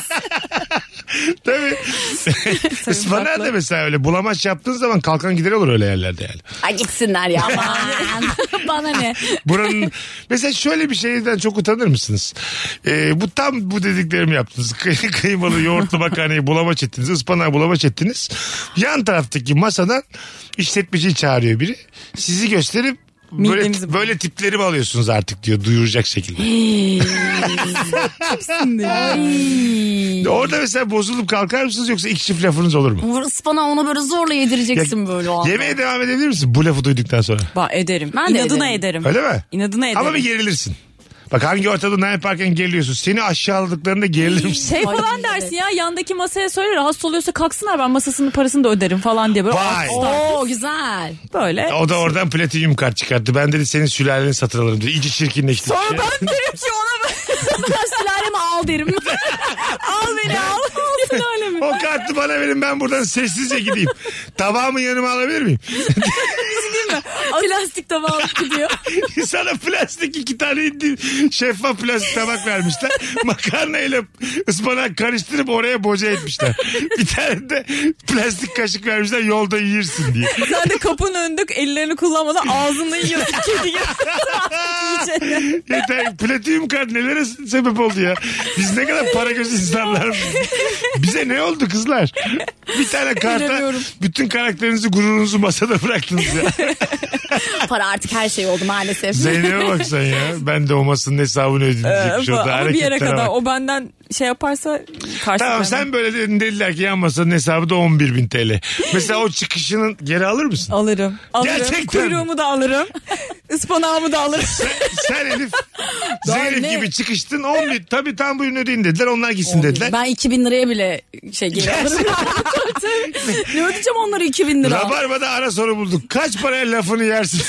[SPEAKER 3] Tabii. Ispanağı da mesela öyle bulamaç yaptığın zaman kalkan gider olur öyle yerlerde yani.
[SPEAKER 5] Ay gitsinler ya aman. Bana ne?
[SPEAKER 3] Buranın mesela şöyle bir şeyden çok utanır mısınız? Bu dediklerimi yaptınız. Kıymalı yoğurtlu makarnayı bulamaç ettiniz. Ispanağı bulamaç ettiniz. Yan taraftaki masadan işletmeciyi çağırıyor biri. Sizi gösterip
[SPEAKER 4] Midemizi
[SPEAKER 3] böyle tipleri mi alıyorsunuz artık diyor, duyuracak şekilde. Orada mesela bozulup kalkar mısınız yoksa iki çift lafınız olur mu?
[SPEAKER 5] Ispanağı ona böyle zorla yedireceksin böyle o anda.
[SPEAKER 3] Yemeğe devam edebilir misin bu lafı duyduktan sonra?
[SPEAKER 4] Ederim.
[SPEAKER 5] Ben de
[SPEAKER 4] İnadına ederim.
[SPEAKER 3] Öyle mi?
[SPEAKER 4] İnadına ederim.
[SPEAKER 3] Ama bir gerilirsin. Bak hangi ortada ne yaparken geriliyorsun. Seni aşağıladıklarında gerilir misin?
[SPEAKER 4] Şey falan dersin ya, yandaki masaya söyle, rahatsız oluyorsa kalksınlar, ben masasının parasını da öderim falan diye. Böyle
[SPEAKER 3] Vay.
[SPEAKER 5] Oo güzel.
[SPEAKER 4] böyle.
[SPEAKER 3] O da oradan platinyum kart çıkarttı. Ben dedi senin sülaleni satın alırım dedi. İyice çirkinleşti.
[SPEAKER 4] Sonra ben derim ki ona
[SPEAKER 5] Ben sülalemi al derim.
[SPEAKER 4] al beni al. Sülalemi.
[SPEAKER 3] O kartı bana verin, ben buradan sessizce gideyim. Tabağımı yanıma alabilir miyim?
[SPEAKER 5] Plastik tabağı alıp gidiyor.
[SPEAKER 3] Sana plastik 2 tane şeffaf plastik tabak vermişler. Makarna ile ıspanak karıştırıp oraya boca etmişler. Bir tane de plastik kaşık vermişler, yolda yiyirsin diye.
[SPEAKER 4] Sen de kapının önünde ellerini kullanmadan ağzında yiyorsun kedi gibi.
[SPEAKER 3] Yeter, platinyum kart nelere sebep oldu ya. Biz ne kadar para göz insanlar. Bize ne oldu kızlar? Bir tane karta
[SPEAKER 5] Bilemiyorum.
[SPEAKER 3] bütün karakterinizi, gururunuzu masada bıraktınız ya.
[SPEAKER 5] Para artık her şey oldu maalesef.
[SPEAKER 3] Zeynep'e bak sen ya. Ben de o masanın hesabını ödeyecekmiş orada.
[SPEAKER 4] Ama bir yere
[SPEAKER 3] Hareketlere
[SPEAKER 4] kadar
[SPEAKER 3] bak.
[SPEAKER 4] o benden şey yaparsa karşı.
[SPEAKER 3] Tamam sen böyle dedin, dediler ki yan masanın hesabı da 11.000 TL. Mesela o çıkışının geri alır mısın?
[SPEAKER 4] Alırım.
[SPEAKER 3] Gerçekten mi?
[SPEAKER 4] Kuyruğumu da alırım. Ispanağımı da alırım.
[SPEAKER 3] Sen Elif Zeynep gibi çıkıştın 11 tabii tam buyurun ödeyin dediler, onlar gitsin dediler.
[SPEAKER 5] Ben 2.000 liraya bile geri alırım. Ne ödeyeceğim onları 2.000 lira?
[SPEAKER 3] Rabarba'da ara soru bulduk. Kaç paraya lafını yersin?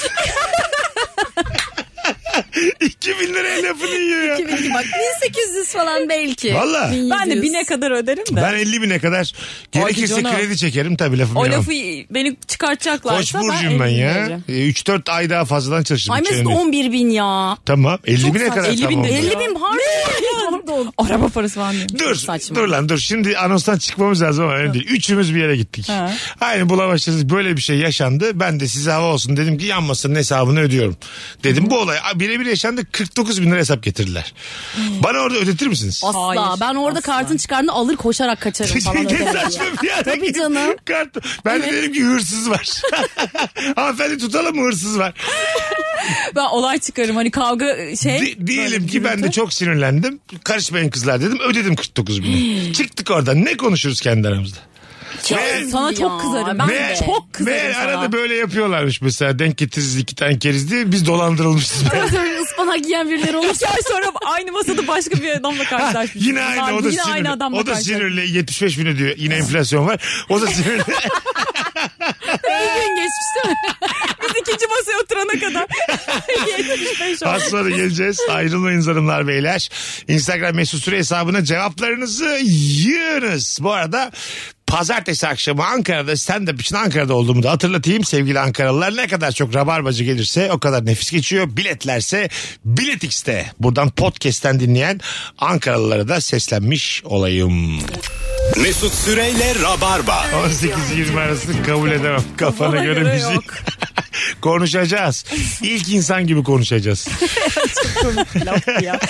[SPEAKER 3] 2.000 liraya lafını yiyor ya.
[SPEAKER 5] 2.000 bak 1.800 falan belki.
[SPEAKER 3] Valla.
[SPEAKER 4] Ben de 1000'e kadar öderim de.
[SPEAKER 3] Ben 50.000'e kadar gerekirse
[SPEAKER 4] canım.
[SPEAKER 3] kredi çekerim tabii, lafımı
[SPEAKER 4] O
[SPEAKER 3] yemem.
[SPEAKER 4] lafı beni çıkartacaklarsa
[SPEAKER 3] Koç burcuyum ben
[SPEAKER 4] 50.000
[SPEAKER 3] ya.
[SPEAKER 4] veririm.
[SPEAKER 3] 3-4 ay daha fazladan çalışırım.
[SPEAKER 5] Ay
[SPEAKER 3] hiç
[SPEAKER 5] Mesut
[SPEAKER 3] önemli değil.
[SPEAKER 5] 11.000 ya.
[SPEAKER 3] Tamam 50.000'e
[SPEAKER 4] saçma.
[SPEAKER 3] kadar
[SPEAKER 4] 50.000
[SPEAKER 3] tamam.
[SPEAKER 4] de
[SPEAKER 5] 50.000 pardon.
[SPEAKER 4] Araba parası var mı?
[SPEAKER 3] Dur
[SPEAKER 5] Saçma.
[SPEAKER 3] dur lan dur, şimdi anonstan çıkmamız lazım ama öyle değil. Üçümüz bir yere gittik.
[SPEAKER 4] Ha.
[SPEAKER 3] Aynı bulamaçlarız, böyle bir şey yaşandı. Ben de size hava olsun dedim ki yan masanın hesabını ödüyorum. Dedim bu olay birebir yaşandı, 49.000 lira hesap getirdiler. Bana orada ödetir misiniz?
[SPEAKER 5] Asla.
[SPEAKER 4] Hayır,
[SPEAKER 5] Ben orada
[SPEAKER 4] asla.
[SPEAKER 5] kartın çıkardığında alır koşarak kaçarım falan.
[SPEAKER 3] Ne
[SPEAKER 5] öderim
[SPEAKER 3] saçma
[SPEAKER 5] diye.
[SPEAKER 3] bir yere
[SPEAKER 5] Tabii
[SPEAKER 3] gidip
[SPEAKER 5] canım.
[SPEAKER 3] Ben de dedim ki hırsız var. Hanımefendi tutalım mı, hırsız var.
[SPEAKER 4] Ben olay çıkarım hani kavga
[SPEAKER 3] Diyelim ki ben de çok sinirlendim. Karışmayın kızlar dedim, ödedim 49.000'i. Çıktık oradan, ne konuşuruz kendi aramızda?
[SPEAKER 4] Sana çok kızarım. Ben
[SPEAKER 3] Meğer,
[SPEAKER 4] de. Çok kızarım
[SPEAKER 3] meğer
[SPEAKER 4] sana.
[SPEAKER 3] arada böyle yapıyorlarmış mesela, denk getiririz 2 tane keriz diye, biz dolandırılmışız.
[SPEAKER 5] Ispanak yiyen birileri olur.
[SPEAKER 4] 2 ay sonra aynı masada başka bir adamla karşılaşmışız.
[SPEAKER 3] Yine aynı, o da
[SPEAKER 4] Yine aynı
[SPEAKER 3] sinirli.
[SPEAKER 4] adamla
[SPEAKER 3] O da sinirli, 75 bin ödüyor. Yine enflasyon var. O da sinirli.
[SPEAKER 5] Bir gün geçmiş değil mi?
[SPEAKER 4] Biz ikinci masaya oturana kadar. 75 oldu.
[SPEAKER 3] Az sonra geleceğiz. Ayrılmayın hanımlar beyler. Instagram mesut süre hesabına cevaplarınızı yığınız. Bu arada pazartesi akşamı Ankara'da stand-up için Ankara'da olduğumu da hatırlatayım. Sevgili Ankaralılar, ne kadar çok rabarbacı gelirse o kadar nefis geçiyor. Biletlerse Bilet X'te. Buradan podcast'ten dinleyen Ankaralılara da seslenmiş olayım.
[SPEAKER 2] Mesut Süreyle Rabarba.
[SPEAKER 3] 18-20 arası kabul edemem. Kafana
[SPEAKER 4] Bana
[SPEAKER 3] göre
[SPEAKER 4] göre
[SPEAKER 3] bir şey.
[SPEAKER 4] yok.
[SPEAKER 3] Konuşacağız. İlk insan gibi konuşacağız.
[SPEAKER 4] Laf ya.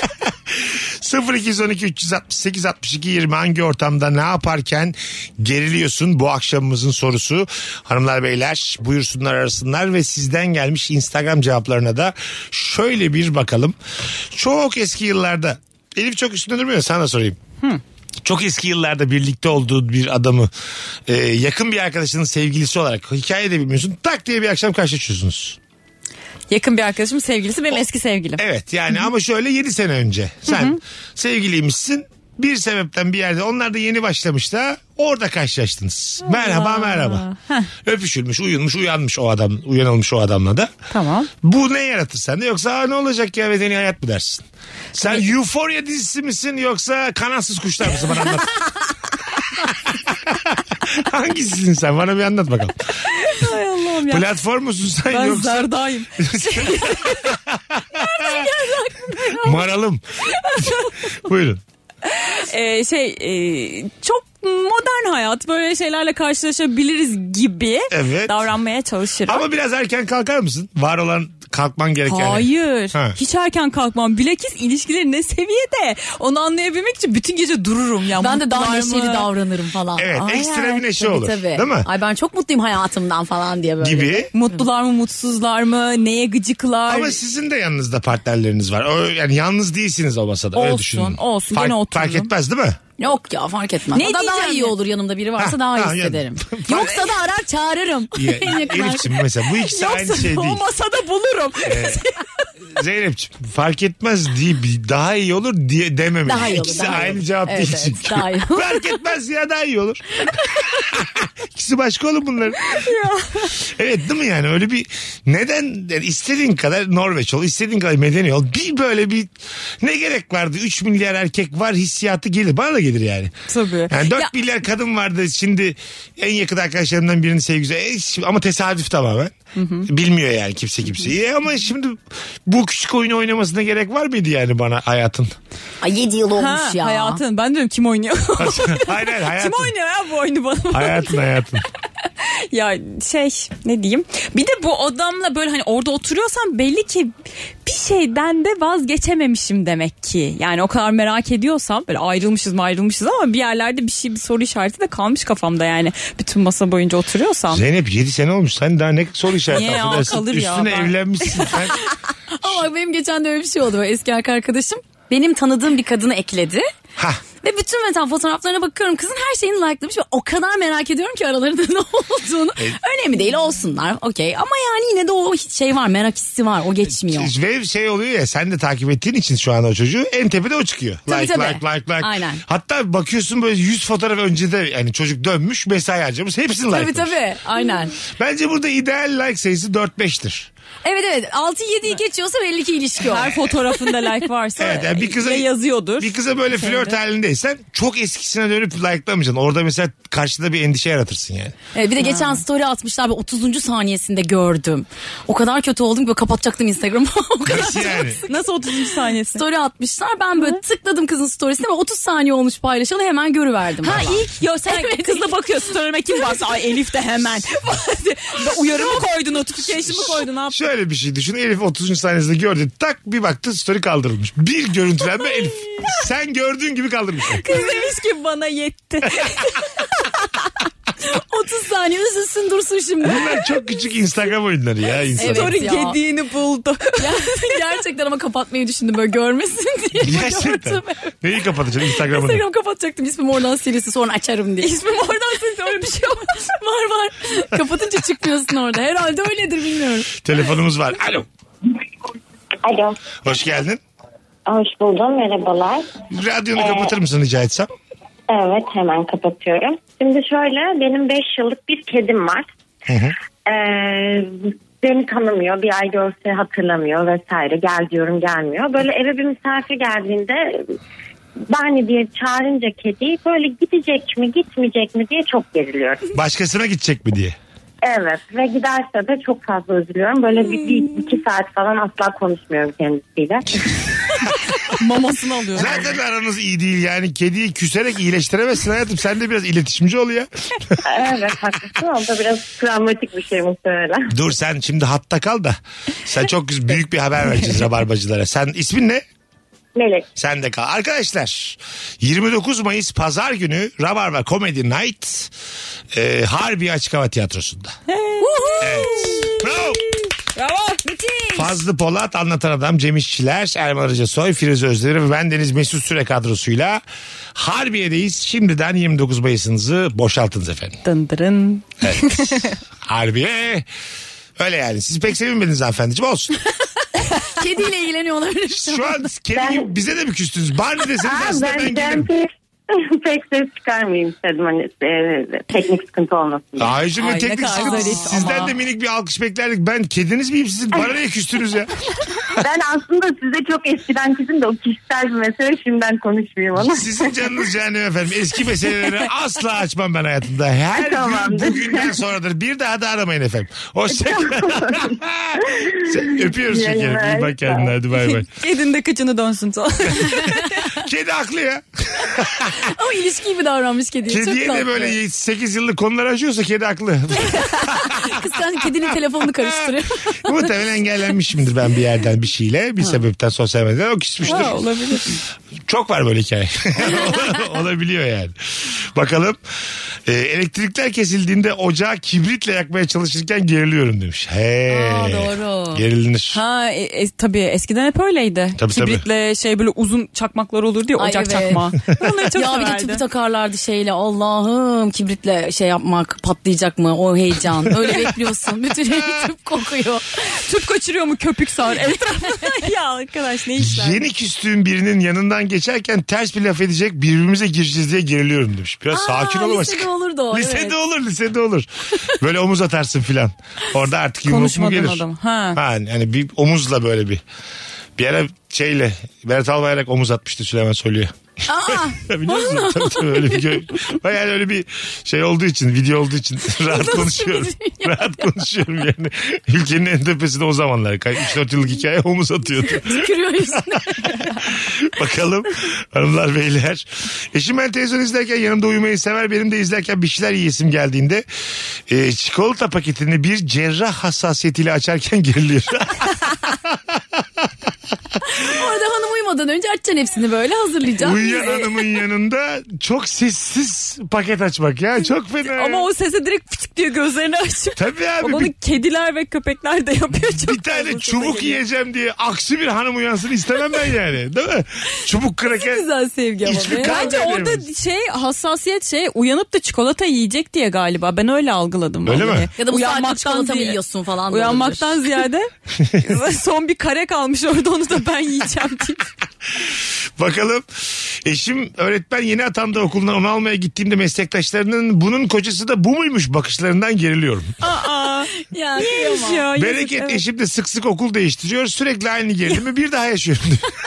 [SPEAKER 3] 0212 368 62 20 hangi ortamda ne yaparken geriliyorsun, bu akşamımızın sorusu. Hanımlar beyler buyursunlar, arasınlar ve sizden gelmiş Instagram cevaplarına da şöyle bir bakalım. Çok eski yıllarda, Elif çok üstünde durmuyor, sana da sorayım. Çok eski yıllarda birlikte olduğu bir adamı yakın bir arkadaşının sevgilisi olarak, hikaye de bilmiyorsun, tak diye bir akşam karşılaşıyorsunuz.
[SPEAKER 4] Yakın bir arkadaşım sevgilisi benim eski sevgilim.
[SPEAKER 3] Evet yani ama şöyle 7 sene önce sen sevgiliymişsin, bir sebepten bir yerde, onlar da yeni başlamışlar, orada karşılaştınız. Merhaba. Öpüşülmüş, uyunmuş, uyanmış o adam, uyanılmış o adamla da.
[SPEAKER 4] Tamam.
[SPEAKER 3] Bu ne yaratır sende, yoksa ne olacak ya medeni hayat mı dersin? Sen Euphoria dizisi misin yoksa Kanatsız Kuşlar mısın, bana anlat. Hangisisin sen, bana bir anlat bakalım.
[SPEAKER 4] Hay Allah'ım ya.
[SPEAKER 3] Platform musun sen
[SPEAKER 4] Ben
[SPEAKER 3] yoksa?
[SPEAKER 4] zardayım.
[SPEAKER 3] Maralım. Buyurun.
[SPEAKER 4] Çok modern hayat, böyle şeylerle karşılaşabiliriz gibi
[SPEAKER 3] Evet.
[SPEAKER 4] davranmaya çalışırım.
[SPEAKER 3] Ama biraz erken kalkar mısın? Var olan kalkman gereken.
[SPEAKER 4] Hayır.
[SPEAKER 3] Ha.
[SPEAKER 4] Hiç erken kalkmam. Bilakis ilişkileri ne seviyede onu anlayabilmek için bütün gece dururum ya.
[SPEAKER 5] Ben de daha
[SPEAKER 4] Mutlular mı?
[SPEAKER 5] neşeli davranırım falan.
[SPEAKER 3] Evet, ekstra bir neşe olur.
[SPEAKER 5] Tabii.
[SPEAKER 3] Değil mi?
[SPEAKER 5] Ay ben çok mutluyum hayatımdan falan diye böyle.
[SPEAKER 3] Gibi.
[SPEAKER 4] Mutlular mı, mutsuzlar mı, neye gıcıklar?
[SPEAKER 3] Ama sizin de yanınızda partnerleriniz var. O, yani yalnız değilsiniz o masada. Öyle
[SPEAKER 4] Olsun,
[SPEAKER 3] düşünün.
[SPEAKER 4] olsun. Gene otururum.
[SPEAKER 3] Fark etmez değil mi?
[SPEAKER 5] Yok ya fark etmez.
[SPEAKER 4] Ne
[SPEAKER 5] O da daha
[SPEAKER 4] diyeceğim
[SPEAKER 5] iyi
[SPEAKER 4] ya?
[SPEAKER 5] olur, yanımda biri varsa
[SPEAKER 3] Ha,
[SPEAKER 5] daha iyi
[SPEAKER 3] ha,
[SPEAKER 5] hissederim.
[SPEAKER 3] yani.
[SPEAKER 5] Yoksa da arar çağırırım. En yakın
[SPEAKER 3] Elif'ciğim mesela bu ikisi aynı
[SPEAKER 4] Yoksa
[SPEAKER 3] şey
[SPEAKER 4] o
[SPEAKER 3] değil.
[SPEAKER 4] masada bulurum.
[SPEAKER 3] Zeynep'ciğim fark etmez diye daha iyi olur diye dememeli.
[SPEAKER 5] Daha iyi olur,
[SPEAKER 3] İkisi
[SPEAKER 5] daha iyi
[SPEAKER 3] aynı
[SPEAKER 5] olur.
[SPEAKER 3] cevap
[SPEAKER 5] Evet,
[SPEAKER 3] değil
[SPEAKER 5] evet,
[SPEAKER 3] çünkü.
[SPEAKER 5] daha iyi olur.
[SPEAKER 3] Fark etmez ya, daha iyi olur. İkisi başka oğlum bunların. Evet değil mi yani, öyle bir neden yani, istediğin kadar Norveç ol, istediğin kadar medeni ol, bir böyle bir ne gerek vardı, 3 milyar erkek var hissiyatı gelir, bana da gelir yani.
[SPEAKER 4] Tabii.
[SPEAKER 3] Yani 4
[SPEAKER 4] Ya-
[SPEAKER 3] milyar kadın vardı, şimdi en yakın arkadaşlarımdan birinin sevgisi ama tesadüf tamamen. Bilmiyor yani kimse kimseyi. Ama şimdi bu küçük oyunu oynamasına gerek var mıydı yani bana hayatın?
[SPEAKER 5] Ay 7 yıl olmuş
[SPEAKER 4] Ha,
[SPEAKER 5] ya.
[SPEAKER 4] hayatın. Ben diyorum kim oynuyor?
[SPEAKER 3] Hayır hayatın.
[SPEAKER 4] Kim oynuyor ya bu oyunu bana?
[SPEAKER 3] Hayatın.
[SPEAKER 4] Ya ne diyeyim? Bir de bu adamla böyle hani orada oturuyorsan belli ki bir şeyden de vazgeçememişim demek ki. Yani o kadar merak ediyorsam böyle ayrılmışız ama bir yerlerde bir soru işareti de kalmış kafamda yani. Bütün masa boyunca oturuyorsam.
[SPEAKER 3] Zeynep 7 sene olmuş. Sen daha ne soru işareti
[SPEAKER 4] Niye ya,
[SPEAKER 3] affedersin.
[SPEAKER 4] kalır ya,
[SPEAKER 3] Üstüne
[SPEAKER 4] ben.
[SPEAKER 3] evlenmişsin. Sen...
[SPEAKER 5] Ama benim geçen de öyle bir şey oldu. Eski arkadaşım benim tanıdığım bir kadını ekledi.
[SPEAKER 3] Hah.
[SPEAKER 5] Ve bütün mesela fotoğraflarına bakıyorum. Kızın her şeyini likelamış ve o kadar merak ediyorum ki aralarında ne olduğunu. Önemli değil, olsunlar. Okey. Ama yani yine de o şey var, merak hissi var. O geçmiyor.
[SPEAKER 3] Ve şey oluyor ya, sen de takip ettiğin için şu an o çocuğu en tepede o çıkıyor.
[SPEAKER 5] Tabii,
[SPEAKER 3] Like.
[SPEAKER 5] Aynen.
[SPEAKER 3] Hatta bakıyorsun böyle 100 fotoğraf önce de yani çocuk dönmüş, mesai harcamış, hepsini like.
[SPEAKER 5] Tabii. Aynen.
[SPEAKER 3] Bence burada ideal like sayısı 4-5'tir.
[SPEAKER 5] Evet. 6-7'yi geçiyorsa belli ki ilişki o.
[SPEAKER 4] Her fotoğrafında like varsa
[SPEAKER 3] Evet, yani bir kıza
[SPEAKER 4] yazıyordur.
[SPEAKER 3] Bir kıza böyle flört halindeysen çok eskisine dönüp like'lamayacaksın. Orada mesela karşıda bir endişe yaratırsın yani.
[SPEAKER 5] Evet, bir de geçen story atmışlar ve 30. saniyesinde gördüm. O kadar kötü oldum ki kapatacaktım Instagram'ı. O kadar
[SPEAKER 3] Nasıl yani?
[SPEAKER 4] Nasıl 30. saniyesi?
[SPEAKER 5] Story atmışlar. Ben böyle tıkladım kızın storiesine ve 30 saniye olmuş paylaşalı, hemen görüverdim.
[SPEAKER 4] Ha
[SPEAKER 5] vallahi.
[SPEAKER 4] ilk sen kızla bakıyorsun story'ime kim varsa ay Elif de hemen. Uyarı mı koydu, notification mı koydu, ne yaptı?
[SPEAKER 3] Şöyle bir şey düşün. Elif 30. saniyesinde gördü. Tak bir baktı story kaldırılmış. Bir görüntülenme Elif. Sen gördüğün gibi kaldırmışsın.
[SPEAKER 4] Kız demiş ki bana yetti.
[SPEAKER 5] 30 saniye üzülsün dursun şimdi.
[SPEAKER 3] Bunlar çok küçük Instagram oyunları ya insan.
[SPEAKER 5] Evet.
[SPEAKER 4] Story
[SPEAKER 5] ya.
[SPEAKER 4] yediğini buldu.
[SPEAKER 5] Gerçekten ama kapatmayı düşündüm böyle görmesin diye.
[SPEAKER 3] Gerçekten.
[SPEAKER 5] Gördüm.
[SPEAKER 3] Neyi kapatacaksın Instagram'ını?
[SPEAKER 5] Instagram kapatacaktım, ismim oradan silisi, sonra açarım diye.
[SPEAKER 4] İsmim oradan size öyle bir şey olmuş.
[SPEAKER 5] var. Kapatınca çıkmıyorsun orada. Herhalde öyledir, bilmiyorum.
[SPEAKER 3] Telefonumuz var. Alo.
[SPEAKER 7] Alo.
[SPEAKER 3] Hoş geldin.
[SPEAKER 7] Hoş buldum. Merhabalar.
[SPEAKER 3] Radyonu kapatır mısın rica etsem?
[SPEAKER 7] Evet, hemen kapatıyorum. Şimdi şöyle, benim 5 yıllık bir kedim var. Beni tanımıyor, bir ay görse hatırlamıyor vesaire. Gel diyorum, gelmiyor. Böyle eve bir misafir geldiğinde Barney diye çağırınca kediyi böyle gidecek mi gitmeyecek mi diye çok geriliyorum.
[SPEAKER 3] Başkasına gidecek mi diye.
[SPEAKER 7] Evet, ve giderse de çok fazla üzülüyorum. Böyle bir 2 saat falan asla konuşmuyorum kendisiyle.
[SPEAKER 4] Mamasını alıyor.
[SPEAKER 3] Zaten aranız iyi değil yani. Kediyi küserek iyileştiremezsin hayatım. Sen de biraz iletişimci ol ya.
[SPEAKER 7] Evet, haklısın. O da biraz travmatik bir şey muhtemelen.
[SPEAKER 3] Dur sen şimdi hatta kal da. Sen çok büyük bir haber vereceğiz rabarbacılara. Sen ismin ne?
[SPEAKER 7] Melek.
[SPEAKER 3] Sen de kal. Arkadaşlar 29 Mayıs Pazar günü Rabarba Comedy Night Harbiye Açık Hava Tiyatrosu'nda. Evet. Bravo.
[SPEAKER 4] Bravo.
[SPEAKER 3] Fazlı Polat, Anlatan Adam, Cem İşçiler, Erman Arıcasoy, Firuze Özdemir ve ben Deniz Mesut Süre kadrosuyla Harbiye'deyiz. Şimdiden 29 Mayıs'ınızı boşaltınız efendim.
[SPEAKER 4] Dındırın.
[SPEAKER 3] Evet. Harbiye. Öyle yani. Siz pek sevinmediniz hanımefendiciğim, olsun.
[SPEAKER 5] Kediyle ilgileniyor olabilir.
[SPEAKER 3] Şu an kedi gibi bize de mi küstünüz? Barney deseniz aslında ben gelirim.
[SPEAKER 7] Pek ses çıkarmayayım istedim, hani teknik sıkıntı olmasın.
[SPEAKER 3] Aycım
[SPEAKER 4] Ay, ne
[SPEAKER 3] teknik
[SPEAKER 4] kadar
[SPEAKER 3] sıkıntı.
[SPEAKER 4] zarif
[SPEAKER 3] Sizden
[SPEAKER 4] ama.
[SPEAKER 3] de minik bir alkış beklerdik. Ben kediniz miyim sizin? Bana niye küstünüz ya?
[SPEAKER 7] Ben aslında size çok eskiden küstüm de o kişisel bir mesele, şimdiden konuşmayayım onu.
[SPEAKER 3] Sizin canınız cehennem efendim. Eski meseleleri asla açmam ben hayatımda. Her gün
[SPEAKER 7] Tamamdır.
[SPEAKER 3] bugünden sonradır. Bir daha da aramayın efendim. Hoşçakalın. Öpüyoruz şekerim. İyi bak kendine, hadi bay bay.
[SPEAKER 4] Kedin de kıçını dönsün.
[SPEAKER 3] Kedi haklı ya.
[SPEAKER 5] Ama ilişki gibi davranmış kediye.
[SPEAKER 3] Kediye
[SPEAKER 5] Çok
[SPEAKER 3] de
[SPEAKER 5] tatlı.
[SPEAKER 3] böyle 8 yıllık konular açıyorsa kedi haklı.
[SPEAKER 5] Kıskanç, kedinin telefonunu karıştırıyor.
[SPEAKER 3] Muhtemelen engellenmişimdir ben bir yerden bir şeyle. Bir sebepten sosyal medyada o küsmüştür.
[SPEAKER 4] Ha, olabilir.
[SPEAKER 3] Çok var böyle hikaye. Olabiliyor yani. Bakalım. Elektrikler kesildiğinde ocağı kibritle yakmaya çalışırken geriliyorum demiş.
[SPEAKER 5] Doğru.
[SPEAKER 3] Gerilinir.
[SPEAKER 4] Ha tabii eskiden hep öyleydi.
[SPEAKER 3] Tabii,
[SPEAKER 4] Kibritle şey böyle uzun çakmaklar olur diye,
[SPEAKER 5] Ay,
[SPEAKER 4] ocak
[SPEAKER 5] evet.
[SPEAKER 4] çakmağı. Onları çok
[SPEAKER 5] Ya bir de
[SPEAKER 4] severdi.
[SPEAKER 5] tüp takarlardı şeyle, Allah'ım, kibritle şey yapmak, patlayacak mı o heyecan. Öyle bekliyorsun. Bütün ev tüp kokuyor.
[SPEAKER 4] Tüp kaçırıyor mu, köpük sağır etrafında. Ya arkadaş ne işler.
[SPEAKER 3] Yeni küstüğüm birinin yanından geçerken ters bir laf edecek, birbirimize gireceğiz diye geriliyorum demiş. Biraz sakin ol ama.
[SPEAKER 5] Lisede olurdu o.
[SPEAKER 3] Lisede olur, lisede olur. Böyle omuz atarsın filan. Orada artık yumruk mu
[SPEAKER 4] Konuşmadığın
[SPEAKER 3] gelir?
[SPEAKER 4] adam. Ha.
[SPEAKER 3] Yani bir omuzla böyle bir ara şeyle Berat Albayrak omuz atmıştı, Süleyman Soylu'ya. Biliyor musun? Tabii öyle bir yani öyle bir şey olduğu için, video olduğu için rahat konuşuyorum. Rahat konuşuyorum yani. Ülkenin en tepesinde o zamanlar 3-4 yıllık hikaye omuz atıyordu.
[SPEAKER 5] Tükürüyor üstüne.
[SPEAKER 3] Bakalım hanımlar beyler. Eşim ben televizyon izlerken yanımda uyumayı sever. Benim de izlerken bir şeyler yiyesim geldiğinde çikolata paketini bir cerrah hassasiyetiyle açarken geriliyor.
[SPEAKER 5] Orada hanım uyumadan önce açacaksın hepsini böyle hazırlayacaksın.
[SPEAKER 3] Uyuyan hanımın yanında çok sessiz paket açmak ya. Çok fena.
[SPEAKER 4] Ama o sese direkt pıçık diye gözlerini açıp.
[SPEAKER 3] Tabii abi.
[SPEAKER 4] Onu kediler ve köpekler de yapıyor. Çok
[SPEAKER 3] bir tane çubuk yiyeceğim diye aksi bir hanım uyansın istemem ben yani. Değil mi? Çubuk kraker.
[SPEAKER 5] Güzel sevgi ama.
[SPEAKER 4] Bence orada hassasiyet uyanıp da çikolata yiyecek diye galiba. Ben öyle algıladım.
[SPEAKER 3] Öyle mi?
[SPEAKER 5] Ya da bu saatte çikolata mı yiyorsun falan.
[SPEAKER 4] Uyanmaktan ziyade son bir kare kalmış orada, onu da ben yiyeceğim diye.
[SPEAKER 3] Bakalım, eşim öğretmen, yeni atandı okuldan, onu almaya gittiğimde meslektaşlarının bunun kocası da bu muymuş bakışlarından geriliyorum.
[SPEAKER 5] Ya,
[SPEAKER 4] niyeymiş ya.
[SPEAKER 3] Bereket
[SPEAKER 4] evet.
[SPEAKER 3] Eşim de sık sık okul değiştiriyor, sürekli aynı gerilimi bir daha yaşıyorum.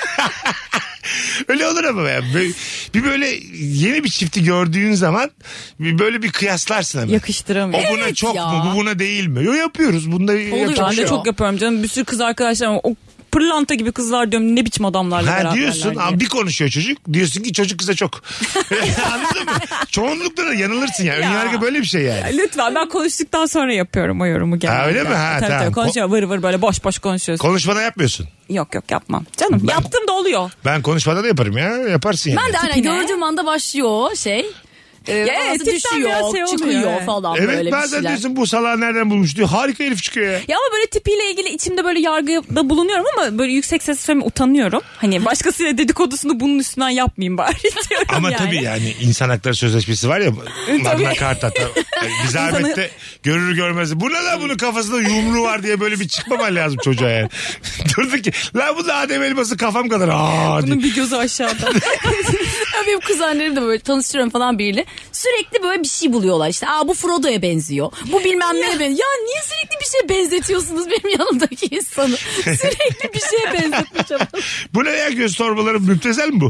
[SPEAKER 3] Öyle olur ama ya. Bir böyle yeni bir çifti gördüğün zaman böyle bir kıyaslarsın hemen.
[SPEAKER 4] Yakıştıramıyor.
[SPEAKER 3] O buna çok mu, bu buna değil mi? Yo, yapıyoruz. Bunda
[SPEAKER 4] Ben de çok yapıyorum canım. Bir sürü kız arkadaşlarım, o pırlanta gibi kızlar diyorum, ne biçim adamlarla beraberler
[SPEAKER 3] diyorsun
[SPEAKER 4] diye.
[SPEAKER 3] ama bir konuşuyor çocuk. Diyorsun ki çocuk kıza çok. Anladın mı? Çoğunlukla da yanılırsın yani. Önyargı böyle bir şey yani.
[SPEAKER 4] Lütfen, ben konuştuktan sonra yapıyorum o yorumu genelde.
[SPEAKER 3] Ha, öyle mi? Ha,
[SPEAKER 4] tabii,
[SPEAKER 3] tamam.
[SPEAKER 4] tabii. Konuşuyor, vır vır böyle boş boş konuşuyorsun.
[SPEAKER 3] Konuşmada yapmıyorsun.
[SPEAKER 4] Yok yapmam. Canım yaptım da oluyor.
[SPEAKER 3] Ben konuşmada da yaparım ya. Yaparsın yani.
[SPEAKER 5] Ben de aynen gördüğüm anda başlıyor bazı düşüyor, çıkıyor falan
[SPEAKER 3] evet,
[SPEAKER 5] böyle bir
[SPEAKER 3] bazen
[SPEAKER 5] şeyler.
[SPEAKER 3] diyorsun bu salağı nereden bulmuş diyor. Harika herif çıkıyor ya.
[SPEAKER 4] Ya ama böyle tipiyle ilgili içimde böyle yargıda bulunuyorum ama böyle yüksek sesle söylemeye utanıyorum. Hani başkasıyla dedikodusunu bunun üstünden yapmayayım bari diyorum.
[SPEAKER 3] Ama
[SPEAKER 4] yani.
[SPEAKER 3] tabii yani insan hakları sözleşmesi var ya, Magna Carta. Bir zahmette görür görmez. Bu ne lan, bunun kafasında yumruğu var diye böyle bir çıkmaman lazım çocuğa yani. Durduk ki lan bu da Adem elması kafam kadar.
[SPEAKER 4] Bunun bir gözü aşağıda.
[SPEAKER 5] Benim kuzenlerim de böyle tanıştırıyorum falan biriyle. Sürekli böyle bir şey buluyorlar işte. Bu Frodo'ya benziyor. Bu bilmem neye benziyor. Ya niye sürekli bir şeye benzetiyorsunuz benim yanımdaki insanı? Sürekli bir şeye benzetmiş.
[SPEAKER 3] Bu ne ya, göz torbaları müptezel mi bu?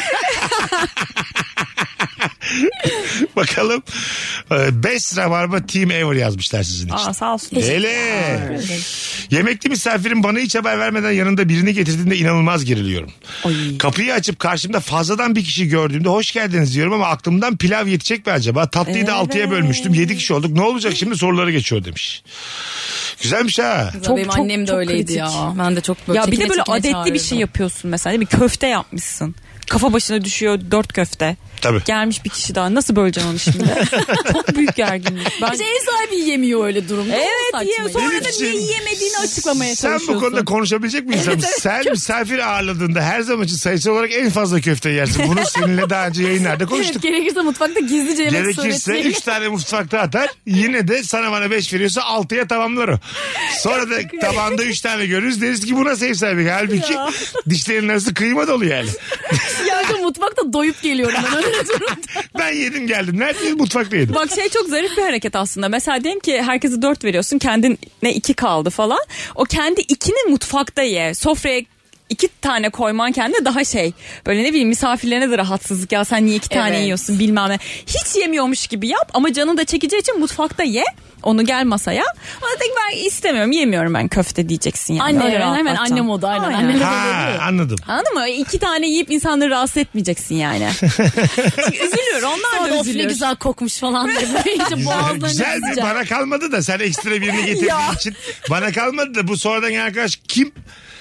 [SPEAKER 3] Bakalım. Best Rabarba Team Ever yazmışlar sizin için.
[SPEAKER 4] Sağ olsun.
[SPEAKER 3] Hele. Yemekli misafirin bana hiç haber vermeden yanında birini getirdiğinde inanılmaz geriliyorum. Kapıyı açıp karşımda fazladan bir kişi gördüğümde hoş geldiniz diyorum ama aklımdan pilav yetecek mi acaba? Tatlıyı da 6'ya bölmüştüm. 7 kişi olduk. Ne olacak şimdi, soruları geçiyor demiş. Güzelmiş ha.
[SPEAKER 5] Benim annem de öyleydi kritik. Ya. Ben de çok böyle
[SPEAKER 4] ya bir de böyle adetli bir şey yapıyorsun mesela. Bir köfte yapmışsın. Kafa başına düşüyor 4 köfte.
[SPEAKER 3] Tabii.
[SPEAKER 4] Gelmiş bir kişi daha. Nasıl böleceksin onu şimdi? Çok büyük gerginlik.
[SPEAKER 5] İşte ev sahibi yiyemiyor öyle durumda.
[SPEAKER 4] Evet, yiyor. Sonra da niye yiyemediğini açıklamaya çalışıyorsun.
[SPEAKER 3] Sen bu konuda konuşabilecek mi insan? Sen misafir ağırladığında her zaman için sayısal olarak en fazla köfte yersin. Bunu seninle daha önce yayınlarda konuştuk.
[SPEAKER 5] Evet, gerekirse mutfakta gizlice yemek
[SPEAKER 3] Gerekirse 3 tane mutfakta atar. Yine de sana bana 5 veriyorsa 6'ya tamamlar o. Sonra da tabağında 3 tane görürüz. Deriz ki bu nasıl ev sahibi? Halbuki dişlerin arası kıyma dolu yani.
[SPEAKER 5] Yani mutfakta doyup geliyorum ben öyle durumda.
[SPEAKER 3] Ben yedim geldim. Nerede? Mutfakta yedim.
[SPEAKER 4] Bak çok zarif bir hareket aslında. Mesela diyelim ki herkese 4 veriyorsun. Kendine 2 kaldı falan. O kendi 2'ni mutfakta ye. Sofraya 2 tane koyman kendine daha böyle ne bileyim misafirlerine de rahatsızlık, ya sen niye 2 tane yiyorsun bilmem ne. Hiç yemiyormuş gibi yap ama canın da çekeceği için mutfakta ye. Onu gel masaya. Ona da ben istemiyorum, yemiyorum ben köfte diyeceksin yani.
[SPEAKER 5] Hemen annem o da aynen.
[SPEAKER 3] Anladım.
[SPEAKER 4] Anladın mı? 2 tane yiyip insanları rahatsız etmeyeceksin yani. Üzülüyor, onlar da üzülüyor.
[SPEAKER 5] Ne güzel kokmuş falan diye.
[SPEAKER 3] Güzel bir bana kalmadı da sen ekstra birini getirdiğin için bana kalmadı da bu sonradan gelen arkadaş kim?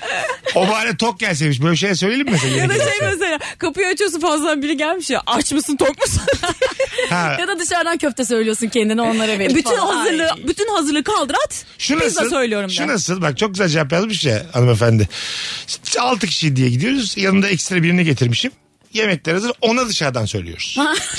[SPEAKER 3] O bari tok gelseymiş. Böyle bir şey söyleyelim mi mesela?
[SPEAKER 4] Ya da mesela kapıyı açıyorsun, fazladan biri gelmiş ya, aç mısın tok musun?
[SPEAKER 5] Ya da dışarıdan köfte söylüyorsun kendine onlara verip
[SPEAKER 4] bütün hazırlığı kaldır at. Pizza söylüyorum ben.
[SPEAKER 3] Şu nasıl? Bak çok güzel cevap yazmış ya hanımefendi. 6 kişi diye gidiyoruz. Yanında ekstra birini getirmişim. Yemekler hazır. Ona dışarıdan söylüyoruz.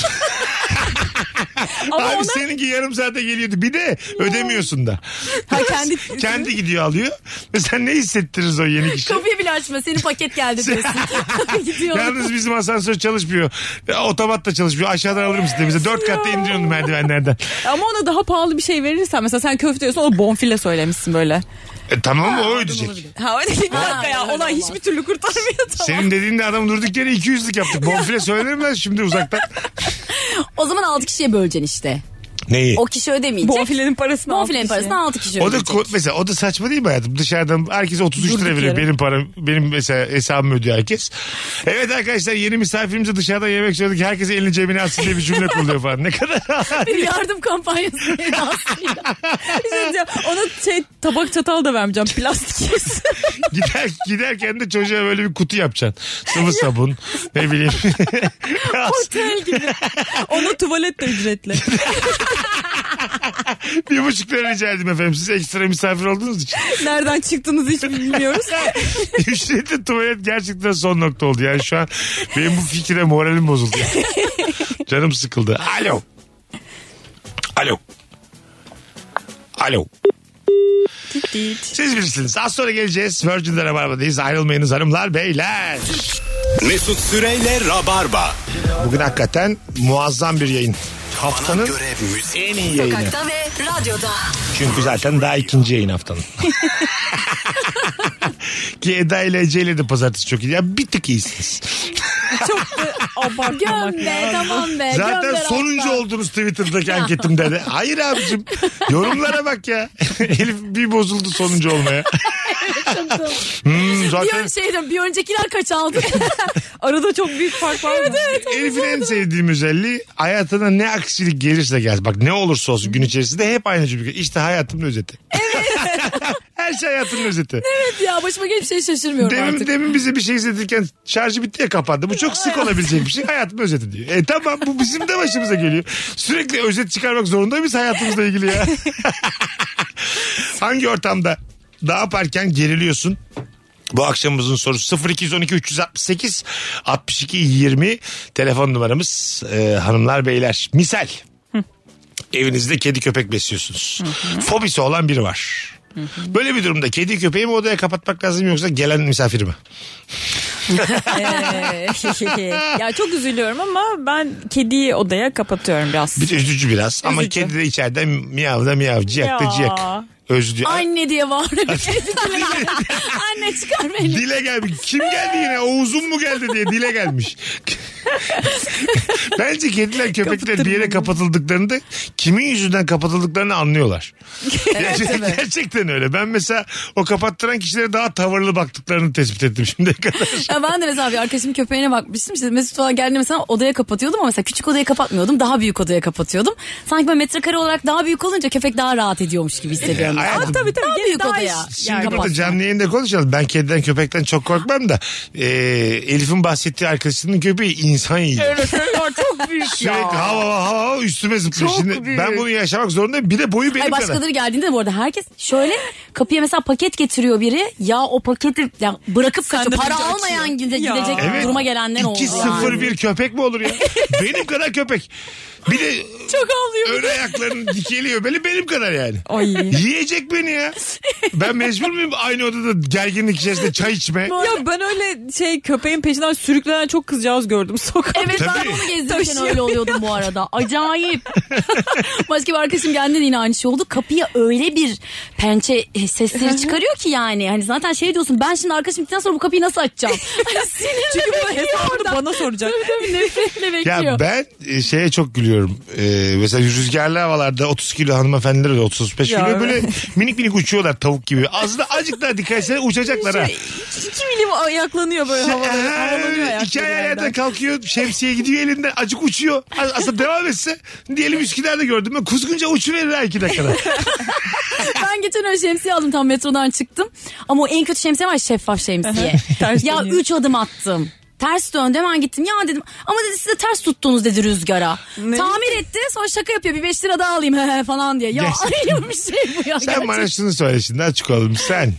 [SPEAKER 3] Abi seninki yarım saate geliyordu. Bir de ödemiyorsun da. Kendi gidiyor alıyor. Ve sen ne hissettiririz o yeni kişi?
[SPEAKER 5] Kapıyı bile açma. Senin paket geldi diyorsun.
[SPEAKER 3] Yalnız bizim asansör çalışmıyor. Otomat da çalışmıyor. Aşağıdan alır mısın diye. 4 katta indiriyorsun merdivenlerden.
[SPEAKER 4] Ama ona daha pahalı bir şey verirsen. Mesela sen köfte yiyorsun, o bonfile söylemişsin böyle.
[SPEAKER 3] Tamam mı, o ödeyecek.
[SPEAKER 4] Bir dakika ya, olay hiçbir türlü kurtarmıyor. Tamam.
[SPEAKER 3] Senin dediğinde adam durduk yere 200'lük yaptık. Bonfile söylerim ben şimdi uzaktan.
[SPEAKER 5] O zaman 6 kişiye böleceksin işte.
[SPEAKER 3] Neyi?
[SPEAKER 5] O kişi ödemeyecek.
[SPEAKER 4] Bonfilenin parasını
[SPEAKER 5] Bonfilenin parasını 6 kişi
[SPEAKER 3] O da
[SPEAKER 5] ödeyecek.
[SPEAKER 3] mesela o da saçma değil mi hayatım? Dışarıdan herkes 33 lira veriyor. Benim param, benim mesela hesabımı ödüyor herkes. Evet arkadaşlar, yeni misafirimize dışarıdan yemek söyledik. Herkes elini cebine atsın diye bir cümle kuruluyor falan. Ne kadar
[SPEAKER 5] Bir yardım kampanyası aslında.
[SPEAKER 4] Ona tabak çatal da vermeyeceğim. Plastik kesin.
[SPEAKER 3] Giderken de çocuğa böyle bir kutu yapacaksın. Sıvı sabun, ne bileyim.
[SPEAKER 4] Otel gibi. Ona tuvalet de ücretli.
[SPEAKER 3] 1,5 lira rica edeyim efendim. Siz ekstra misafir olduğunuz için.
[SPEAKER 4] Nereden çıktığınızı hiç bilmiyoruz.
[SPEAKER 3] Ücretli tuvalet gerçekten son nokta oldu. Yani şu an benim bu fikre moralim bozuldu. Canım sıkıldı. Alo. Alo. Alo. Siz bilirsiniz. Az sonra geleceğiz. Virgin'de Rabarba'dayız. Ayrılmayınız hanımlar beyler.
[SPEAKER 2] Mesut Süreyle Rabarba.
[SPEAKER 3] Bugün hakikaten muazzam bir yayın. Haftanın en iyi yayını.
[SPEAKER 5] Sokakta ve radyoda.
[SPEAKER 3] Çünkü zaten daha ikinci yayın haftanın. Ki Eda ile Ece ile de pazartesi çok iyi. Ya bir tık iyisiniz.
[SPEAKER 4] Çok da abartmamak
[SPEAKER 5] Göm be
[SPEAKER 4] lazım.
[SPEAKER 5] tamam be.
[SPEAKER 3] Zaten
[SPEAKER 5] göm be
[SPEAKER 3] sonuncu
[SPEAKER 5] Rabbim.
[SPEAKER 3] oldunuz Twitter'daki anketimde de. Hayır abicim. Yorumlara bak ya. Elif bir bozuldu sonuncu olmaya. Zaten
[SPEAKER 5] Bir öncekiler kaç aldı?
[SPEAKER 4] Arada çok büyük fark var mı?
[SPEAKER 3] Elif'in en sevdiğim özelliği, hayatına ne aksilik gelirse gelsin. Bak ne olursa olsun gün içerisinde hep aynı cümle. İşte hayatımın özeti. Her şey hayatımın özeti.
[SPEAKER 5] Evet ya, başıma gelip şey şaşırmıyorum artık.
[SPEAKER 3] Demin bize bir şey izletirken şarjı bitti ya, kapandı. Bu çok sık olabilecek bir şey. Hayatımın özeti diyor. Tamam, bu bizim de başımıza geliyor. Sürekli özet çıkarmak zorunda mıyız hayatımızla ilgili ya? Hangi ortamda ne yaparken geriliyorsun? Bu akşamımızın sorusu 0212 368 62 20 telefon numaramız. Hanımlar beyler, misal evinizde kedi köpek besliyorsunuz. Fobisi olan biri var. Böyle bir durumda kedi köpeği mi odaya kapatmak lazım yoksa gelen misafir mi?
[SPEAKER 4] Ya çok üzülüyorum ama ben kediyi odaya kapatıyorum biraz.
[SPEAKER 3] Bir de üzücü biraz ama
[SPEAKER 4] Üzücü.
[SPEAKER 3] kedi de içeriden miyavda miyav, ciyak da ciyak. Özlüyor.
[SPEAKER 5] Anne diye bağırıyor. Anne çıkar beni.
[SPEAKER 3] Dile gelmiş. Kim geldi yine? O uzun mu geldi diye dile gelmiş. Bence kediler köpekler bir yere kapatıldıklarında kimin yüzünden kapatıldıklarını anlıyorlar. Gerçekten öyle. Ben mesela o kapattıran kişilere daha tavırlı baktıklarını tespit ettim şimdiye kadar.
[SPEAKER 5] Ya ben de mesela bir arkadaşımın köpeğine bakmıştım. İşte Mesut falan geldiğinde mesela odaya kapatıyordum ama mesela küçük odaya kapatmıyordum. Daha büyük odaya kapatıyordum. Sanki böyle metrekare olarak daha büyük olunca köpek daha rahat ediyormuş gibi hissediyorum.
[SPEAKER 3] Hayatım,
[SPEAKER 4] Tabii
[SPEAKER 5] daha büyük
[SPEAKER 4] daha
[SPEAKER 5] odaya.
[SPEAKER 3] Şimdi burada canlı yayında konuşalım. Ben kediden köpekten çok korkmam da Elif'in bahsettiği arkadaşının köpeği insan yiyor.
[SPEAKER 4] Evet çok büyük
[SPEAKER 3] Sürekli hava üstüme zıplıyor.
[SPEAKER 4] Çok
[SPEAKER 3] Şimdi
[SPEAKER 4] büyük.
[SPEAKER 3] ben bunu yaşamak zorundayım. Bir de boyu benim
[SPEAKER 5] Ay
[SPEAKER 3] kadar.
[SPEAKER 5] başkaları geldiğinde de bu arada herkes şöyle kapıya mesela paket getiriyor biri. Ya o paketi ya bırakıp
[SPEAKER 4] Sen
[SPEAKER 5] kaçıyor.
[SPEAKER 4] de
[SPEAKER 5] Para
[SPEAKER 4] önce
[SPEAKER 5] almayan
[SPEAKER 4] açıyor.
[SPEAKER 5] gidecek
[SPEAKER 3] Evet.
[SPEAKER 5] duruma gelenler oldu.
[SPEAKER 3] 2-0-1 köpek mi olur ya? Benim kadar köpek. Bir de
[SPEAKER 5] Çok ağlıyor.
[SPEAKER 3] ön ayaklarını dikeliyor. Benim kadar yani.
[SPEAKER 4] Ay.
[SPEAKER 3] Yiyecek beni ya. Ben mecbur muyum aynı odada gerginlik içerisinde çay içme?
[SPEAKER 4] Ya ben öyle köpeğin peşinden sürüklenen çok kızcağız gördüm sokakta.
[SPEAKER 5] Evet
[SPEAKER 3] Tabii.
[SPEAKER 5] ben onu gezdirirken öyle oluyordum bu arada. Acayip. Başka bir arkadaşım geldiğinde yine aynı şey oldu. Kapıya öyle bir pençe sesleri çıkarıyor ki yani. Hani zaten şey diyorsun, ben şimdi arkadaşım gittikten sonra bu kapıyı nasıl açacağım? Hani
[SPEAKER 4] Çünkü bu
[SPEAKER 5] bekliyor
[SPEAKER 4] hesabını
[SPEAKER 5] orada.
[SPEAKER 4] bana soracak.
[SPEAKER 5] Tabii nefretle bekliyor.
[SPEAKER 3] Ya ben şeye çok gülüyorum. Mesela rüzgarlı havalarda 30 kilo hanımefendiler öyle 30-35 kilo
[SPEAKER 4] Ya
[SPEAKER 3] böyle minik uçuyorlar tavuk gibi. Aslında azıcık daha dikkat etsene uçacaklar ha.
[SPEAKER 4] 2 milim ayaklanıyor böyle havalanıyor ayakları.
[SPEAKER 3] İki ayağı yerden
[SPEAKER 4] yerden.
[SPEAKER 3] kalkıyor, şemsiye gidiyor elinden, acık uçuyor. Aslında devam etse diyelim Üsküdar'da gördüm ben, kuzgunca uçuverir ha 2 dakikada.
[SPEAKER 5] Ben geçen öyle şemsiye aldım, tam metrodan çıktım. Ama o en kötü şemsiye var, şeffaf şemsiye.
[SPEAKER 4] Ters
[SPEAKER 5] Ya
[SPEAKER 4] dönüyor.
[SPEAKER 5] 3 adım attım. Ters döndü, hemen gittim. Ya dedim ama dedi siz de ters tuttunuz dedi rüzgara. Tamir etti, sonra şaka yapıyor, bir 5 lira daha alayım falan diye. Ya aynı bir şey bu ya.
[SPEAKER 3] Sen bana şunu söyle şimdi, açık olalım. Sen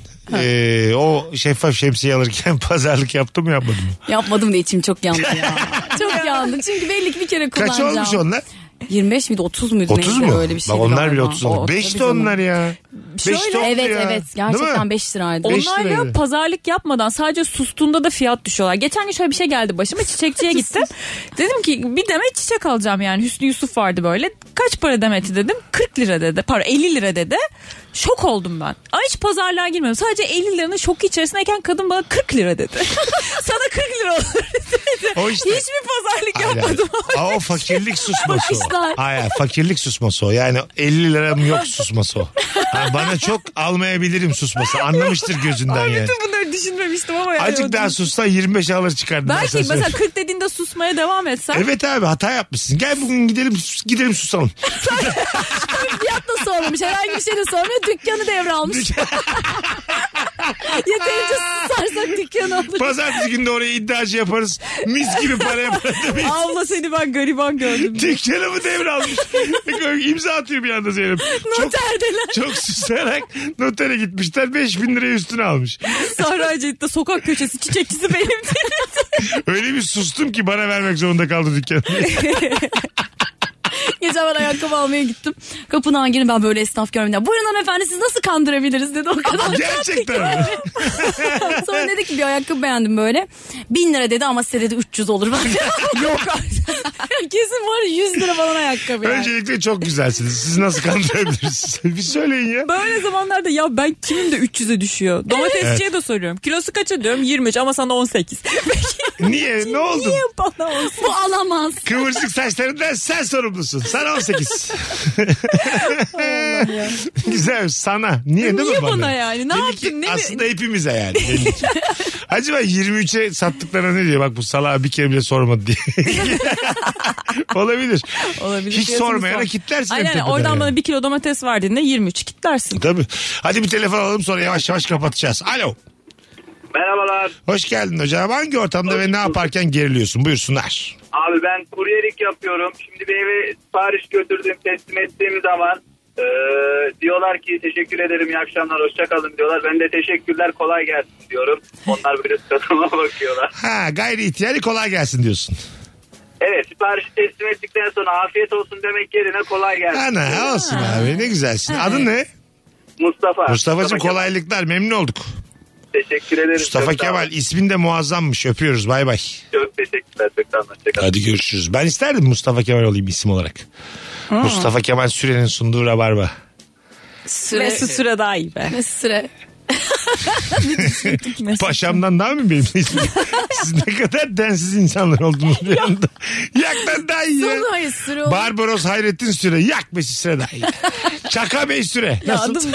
[SPEAKER 3] o şeffaf şemsiye alırken pazarlık yaptın mı yapmadın mı?
[SPEAKER 5] Yapmadım da içim çok yandı ya. Çok yandı. Çünkü belli ki bir kere kullanacağım.
[SPEAKER 3] Kaç olmuş onlar?
[SPEAKER 5] 25 miydi 30 muydu?
[SPEAKER 3] 30
[SPEAKER 5] neydi?
[SPEAKER 3] mu?
[SPEAKER 5] Öyle bir
[SPEAKER 3] Bak
[SPEAKER 5] şeydi
[SPEAKER 3] onlar bile
[SPEAKER 5] galiba.
[SPEAKER 3] 30 oldu. 5 de onlar ya. 5 de oldu
[SPEAKER 5] Evet
[SPEAKER 3] ya.
[SPEAKER 5] evet gerçekten 5 liraydı.
[SPEAKER 3] Beş
[SPEAKER 4] Onlar
[SPEAKER 3] liraydı.
[SPEAKER 4] ya pazarlık yapmadan sadece sustuğunda da fiyat düşüyorlar. Geçen gün şöyle bir şey geldi başıma. Çiçekçiye gittim. Dedim ki bir demet çiçek alacağım yani. Hüsnü Yusuf vardı böyle. Kaç para demeti dedim. 40 lira dedi. Pardon 50 lira dedi. Şok oldum ben. Ama hiç pazarlığa girmedim. Sadece 50 liranın şoku içerisindeyken kadın bana 40 lira dedi. Sana 40 lira olur.
[SPEAKER 3] O işte.
[SPEAKER 4] Hiçbir pazarlık yapmadım.
[SPEAKER 3] O fakirlik susması o.
[SPEAKER 5] Bakışlar.
[SPEAKER 3] Hayır, fakirlik susması o. Yani 50 liram yok susması o. Yani bana çok almayabilirim susması. Anlamıştır gözünden yani.
[SPEAKER 4] Bütün bunları düşünmemiştim ama yani.
[SPEAKER 3] Azıcık daha sussan 25 alır çıkardın.
[SPEAKER 4] Belki mesela 40 dediğinde susmaya devam etsen.
[SPEAKER 3] Evet abi, hata yapmışsın. Gel bugün gidelim susalım.
[SPEAKER 5] Fiyat da sormamış. Herhangi bir şey de sormuyor. Dükkanı devralmış. Yeterince susarsak dükkan olur.
[SPEAKER 3] Pazartesi günü de oraya iddiacı yaparız. Mis gibi para yaparız demeyiz.
[SPEAKER 4] Abla seni ben gariban gördüm.
[SPEAKER 3] Dükkanı mı devralmış? İmza atıyor bir anda Zeynep.
[SPEAKER 5] Noterdeler.
[SPEAKER 3] Çok susarak notere gitmişler. 5.000 liraya üstüne almış.
[SPEAKER 4] Sahracık'ta sokak köşesi çiçekçisi benim.
[SPEAKER 3] Öyle bir sustum ki bana vermek zorunda kaldı dükkanı.
[SPEAKER 5] Geçen ben ayakkabı almaya gittim. Kapının girin, ben böyle esnaf görmedim. Buyurun hanımefendi, siz nasıl kandırabiliriz dedi. O kadar
[SPEAKER 3] gerçekten mi?
[SPEAKER 5] Sonra dedi ki bir ayakkabı beğendim böyle. 1000 lira dedi ama size dedi 300 olur. Yok artık. Kesin var 100 lira falan ayakkabı yani.
[SPEAKER 3] Öncelikle çok güzelsiniz. Sizi nasıl kandırabiliriz? Bir söyleyin ya.
[SPEAKER 4] Böyle zamanlarda ya ben kimim de 300'e düşüyor. Domatesçiye de soruyorum. Kilosu kaça diyorum? 23 ama sana 18.
[SPEAKER 3] Niye? Ne oldu?
[SPEAKER 4] Niye bana 18?
[SPEAKER 5] Bu alamaz.
[SPEAKER 3] Kıvırcık saçlarından sen sorumlusun. Sana 18.
[SPEAKER 4] Allah'ım ya.
[SPEAKER 3] Güzel sana. Niye değil mi
[SPEAKER 4] Niye
[SPEAKER 3] bana?
[SPEAKER 4] bana yani? Ne
[SPEAKER 3] Belli
[SPEAKER 4] yaptın?
[SPEAKER 3] ki
[SPEAKER 4] Ne
[SPEAKER 3] aslında hepimize yani. Belli ki. Acaba 23'e sattıklarına ne diyor? Bak bu salağa bir kere bile sormadı diye. Olabilir.
[SPEAKER 4] Olabilir.
[SPEAKER 3] Hiç sormayana kitlersin.
[SPEAKER 4] Aynen oradan yani. Bana 1 kilo domates verdiğinde 23 kitlersin.
[SPEAKER 3] Tabii. Hadi bir telefon alalım, sonra yavaş yavaş kapatacağız. Alo.
[SPEAKER 11] Merhabalar.
[SPEAKER 3] Hoş geldin hocam. Hangi ortamda ve ne yaparken geriliyorsun? Buyursunlar.
[SPEAKER 11] Abi ben kuryelik yapıyorum. Şimdi bir eve sipariş götürdüm, teslim ettiğim zaman diyorlar ki teşekkür ederim, iyi akşamlar, hoşçakalın diyorlar. Ben de teşekkürler, kolay gelsin diyorum. Onlar böyle suratıma bakıyorlar.
[SPEAKER 3] Ha, gayri ihtiyari kolay gelsin diyorsun.
[SPEAKER 11] Evet, siparişi teslim ettikten sonra afiyet olsun demek yerine kolay gelsin.
[SPEAKER 3] Ana olsun abi, ne güzelsin. Adın ne?
[SPEAKER 11] Mustafa.
[SPEAKER 3] Mustafa'cığım kolaylıklar, memnun olduk.
[SPEAKER 11] Teşekkür ederim.
[SPEAKER 3] Mustafa Kemal, ismin de muazzammış, öpüyoruz, bay bay.
[SPEAKER 11] Çok teşekkürler.
[SPEAKER 3] Hadi görüşürüz. Ben isterdim Mustafa Kemal olayım isim olarak. Mustafa Kemal Süren'in sunduğu Rabarba.
[SPEAKER 4] Mesut Süre daha iyi be.
[SPEAKER 5] Mesut Süre.
[SPEAKER 3] Paşamdan daha mı benim ismim? Siz ne kadar densiz insanlar oldunuz bir anda. Yaktan daha iyi ya.
[SPEAKER 5] Hayır, Süre olur.
[SPEAKER 3] Barbaros Hayrettin Süre. Yak Mesut Süre daha iyi. Çaka Bey Süre. Nasıl?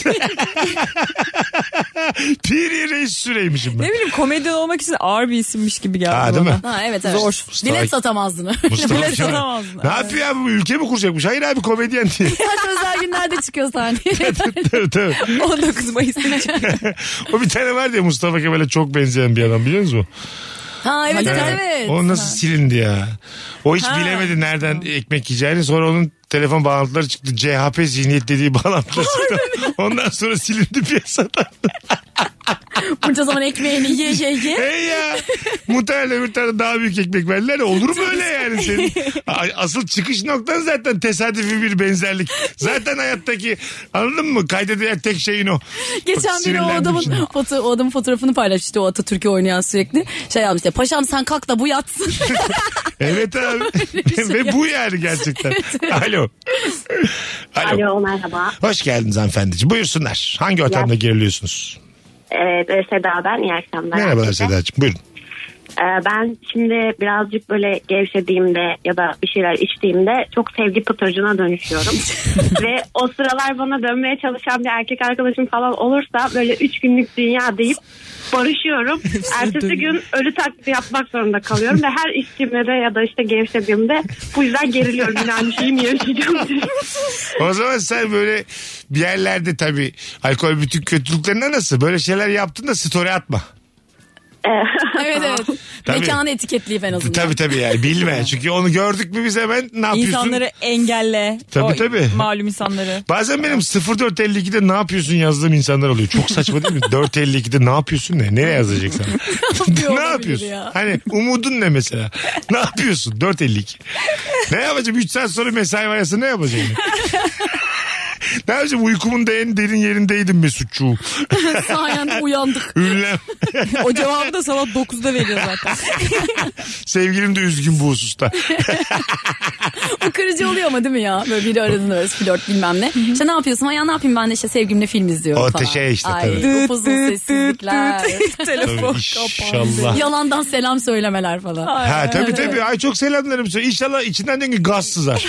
[SPEAKER 3] Piri Reis Süre'ymişim ben.
[SPEAKER 4] Ne bileyim, komedyen olmak için ağır bir isimmiş gibi geldi
[SPEAKER 3] ha,
[SPEAKER 4] bana.
[SPEAKER 3] değil mi?
[SPEAKER 5] Ha, evet.
[SPEAKER 4] Zor.
[SPEAKER 5] Bilet satamazdın.
[SPEAKER 4] Bilet satamazdın.
[SPEAKER 3] Ne yapıyor abi, bu ülke mi kuracakmış? Hayır abi, komedyen diye.
[SPEAKER 5] Yaş özel günlerde çıkıyor sahneye.
[SPEAKER 3] Tabii.
[SPEAKER 4] 19 Mayıs'ta.
[SPEAKER 3] O bir tane var ya, Mustafa Kemal'e çok benzeyen bir adam, biliyor musun?
[SPEAKER 5] Ha evet evet.
[SPEAKER 3] O nasıl silindi ya? O hiç bilemedi nereden ekmek yiyeceğini. Sonra onun telefon bağlantıları çıktı. CHP zihniyet dediği bağlantılar çıktı. Ondan sonra silindi piyasadan.
[SPEAKER 5] Bunca zaman ekmeğini ye.
[SPEAKER 3] Hey ya. Muhtemelen bir tane daha büyük ekmek verdiler. Olur mu öyle yani senin? Asıl çıkış noktan zaten tesadüfi bir benzerlik. Zaten hayattaki, anladın mı? Kaydedilen tek şeyin o.
[SPEAKER 5] Geçen biri o adamın fotoğrafını paylaşmıştı, o Atatürk'ü oynayan sürekli. Şey yapmıştı. Paşam sen kalk da bu yatsın.
[SPEAKER 3] Evet abi. Ve bu yani gerçekten. Alo.
[SPEAKER 7] Alo, merhaba.
[SPEAKER 3] Hoş geldiniz hanımefendiciğim. Buyursunlar. Hangi ortamda geriliyorsunuz?
[SPEAKER 7] Seda ben, iyi akşamlar.
[SPEAKER 3] Merhabalar Sedacığım, buyurun.
[SPEAKER 7] Ben şimdi birazcık böyle gevşediğimde ya da bir şeyler içtiğimde çok sevgi pıtırcına dönüşüyorum. Ve o sıralar bana dönmeye çalışan bir erkek arkadaşım falan olursa böyle 3 günlük dünya deyip barışıyorum. Ertesi gün ölü taklidi yapmak zorunda kalıyorum ve her içtiğimde de ya da işte gevşediğimde bu yüzden geriliyorum. Yine aynı şeyi mi yaşayacağım diye.
[SPEAKER 3] O zaman sen böyle bir yerlerde, tabii alkol bütün kötülüklerine nasıl böyle şeyler yaptın da story atma.
[SPEAKER 5] Evet.
[SPEAKER 3] Tabii.
[SPEAKER 5] Mekanı etiketleyip en azından.
[SPEAKER 3] Tabii yani bilme. Çünkü onu gördük mü biz hemen ne yapıyorsun?
[SPEAKER 4] İnsanları engelle.
[SPEAKER 3] Tabii.
[SPEAKER 4] Malum insanları.
[SPEAKER 3] Bazen benim 0452'de ne yapıyorsun yazdığım insanlar oluyor. Çok saçma değil mi? 452'de ne yapıyorsun ne? Nereye yazacaksın? Ne yapıyorsun?
[SPEAKER 5] Ya.
[SPEAKER 3] Hani umudun ne mesela? Ne yapıyorsun? 452. Ne yapacağım? 3 saat sonra mesai varsa ne yapacağım? Ne yapacağım, uykumun da en derin yerindeydim Mesutçuğum.
[SPEAKER 5] Sayende uyandık.
[SPEAKER 3] Ünlem.
[SPEAKER 4] O cevabı da sabah 9'da veriyor zaten.
[SPEAKER 3] Sevgilim de üzgün bu hususta.
[SPEAKER 5] O kırıcı oluyor ama değil mi ya? Böyle biri aradığında böyle flört bilmem ne. İşte ne yapıyorsun? Ya ne yapayım ben de işte sevgilimle film izliyorum
[SPEAKER 3] O
[SPEAKER 5] falan.
[SPEAKER 3] şey işte
[SPEAKER 5] Ay,
[SPEAKER 3] tabii.
[SPEAKER 5] upuzun sessizlikler.
[SPEAKER 4] Telefon
[SPEAKER 3] İnşallah.
[SPEAKER 5] Yalandan selam söylemeler falan.
[SPEAKER 3] Ha tabii tabii. Ay çok selamlarım söyle. İnşallah içinden diyorsun ki gaz sızar.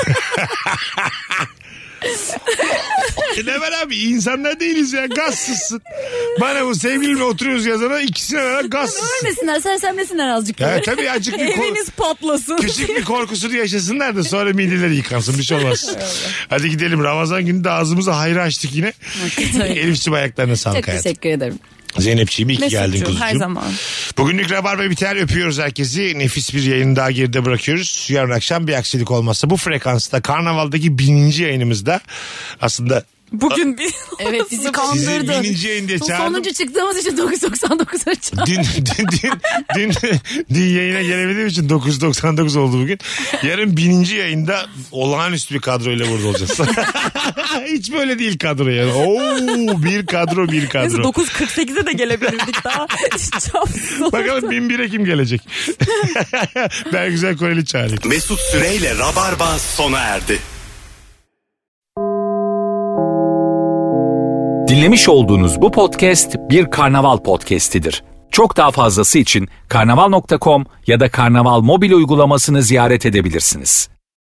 [SPEAKER 3] Ne var abi, insanlar değiliz ya, gaz sızsın. Bana bu sevgilimle oturuyoruz yazana, ikisine beraber gaz sızsın.
[SPEAKER 5] Ölmesinler, sersemlesinler azıcık.
[SPEAKER 3] Ya tabii azıcık bir
[SPEAKER 4] eviniz patlasın.
[SPEAKER 3] küçük bir korkusunu yaşasınlar da sonra mideleri yıkansın, bir şey olmaz. Hadi gidelim, Ramazan günü de ağzımızı hayra açtık yine. Elif'ciğim ayaklarına sağlık
[SPEAKER 5] Çok
[SPEAKER 3] hayatım.
[SPEAKER 5] teşekkür ederim.
[SPEAKER 3] Zeynep'ciğim iyi ki geldin
[SPEAKER 4] Mesut'cum,
[SPEAKER 3] kuzucuğum.
[SPEAKER 4] her zaman.
[SPEAKER 3] Bugünlük Rabarba biter, öpüyoruz herkesi. Nefis bir yayını daha geride bırakıyoruz. Yarın akşam bir aksilik olmazsa bu frekansta Karnaval'daki 1000. yayınımızda aslında
[SPEAKER 4] Bugün bir...
[SPEAKER 5] Evet bizi
[SPEAKER 3] sizi
[SPEAKER 5] kandırdın.
[SPEAKER 3] 1000. yayın diye çağırdım.
[SPEAKER 5] Sonuncu çıktığımız için 999'a çağırdım.
[SPEAKER 3] Dün yayına gelemediğim için 999 oldu bugün. Yarın 1000. yayında olağanüstü bir kadroyla burada olacağız. Hiç böyle değil kadro yani. Oo, bir kadro.
[SPEAKER 4] Neyse 9.48'e de gelebilirdik daha.
[SPEAKER 3] Bakalım 1001'e kim gelecek? Ben güzel Koreli çağırayım.
[SPEAKER 2] Mesut Süreyle Rabarba sona erdi.
[SPEAKER 1] Dinlemiş olduğunuz bu podcast bir Karnaval podcastidir. Çok daha fazlası için karnaval.com ya da Karnaval mobil uygulamasını ziyaret edebilirsiniz.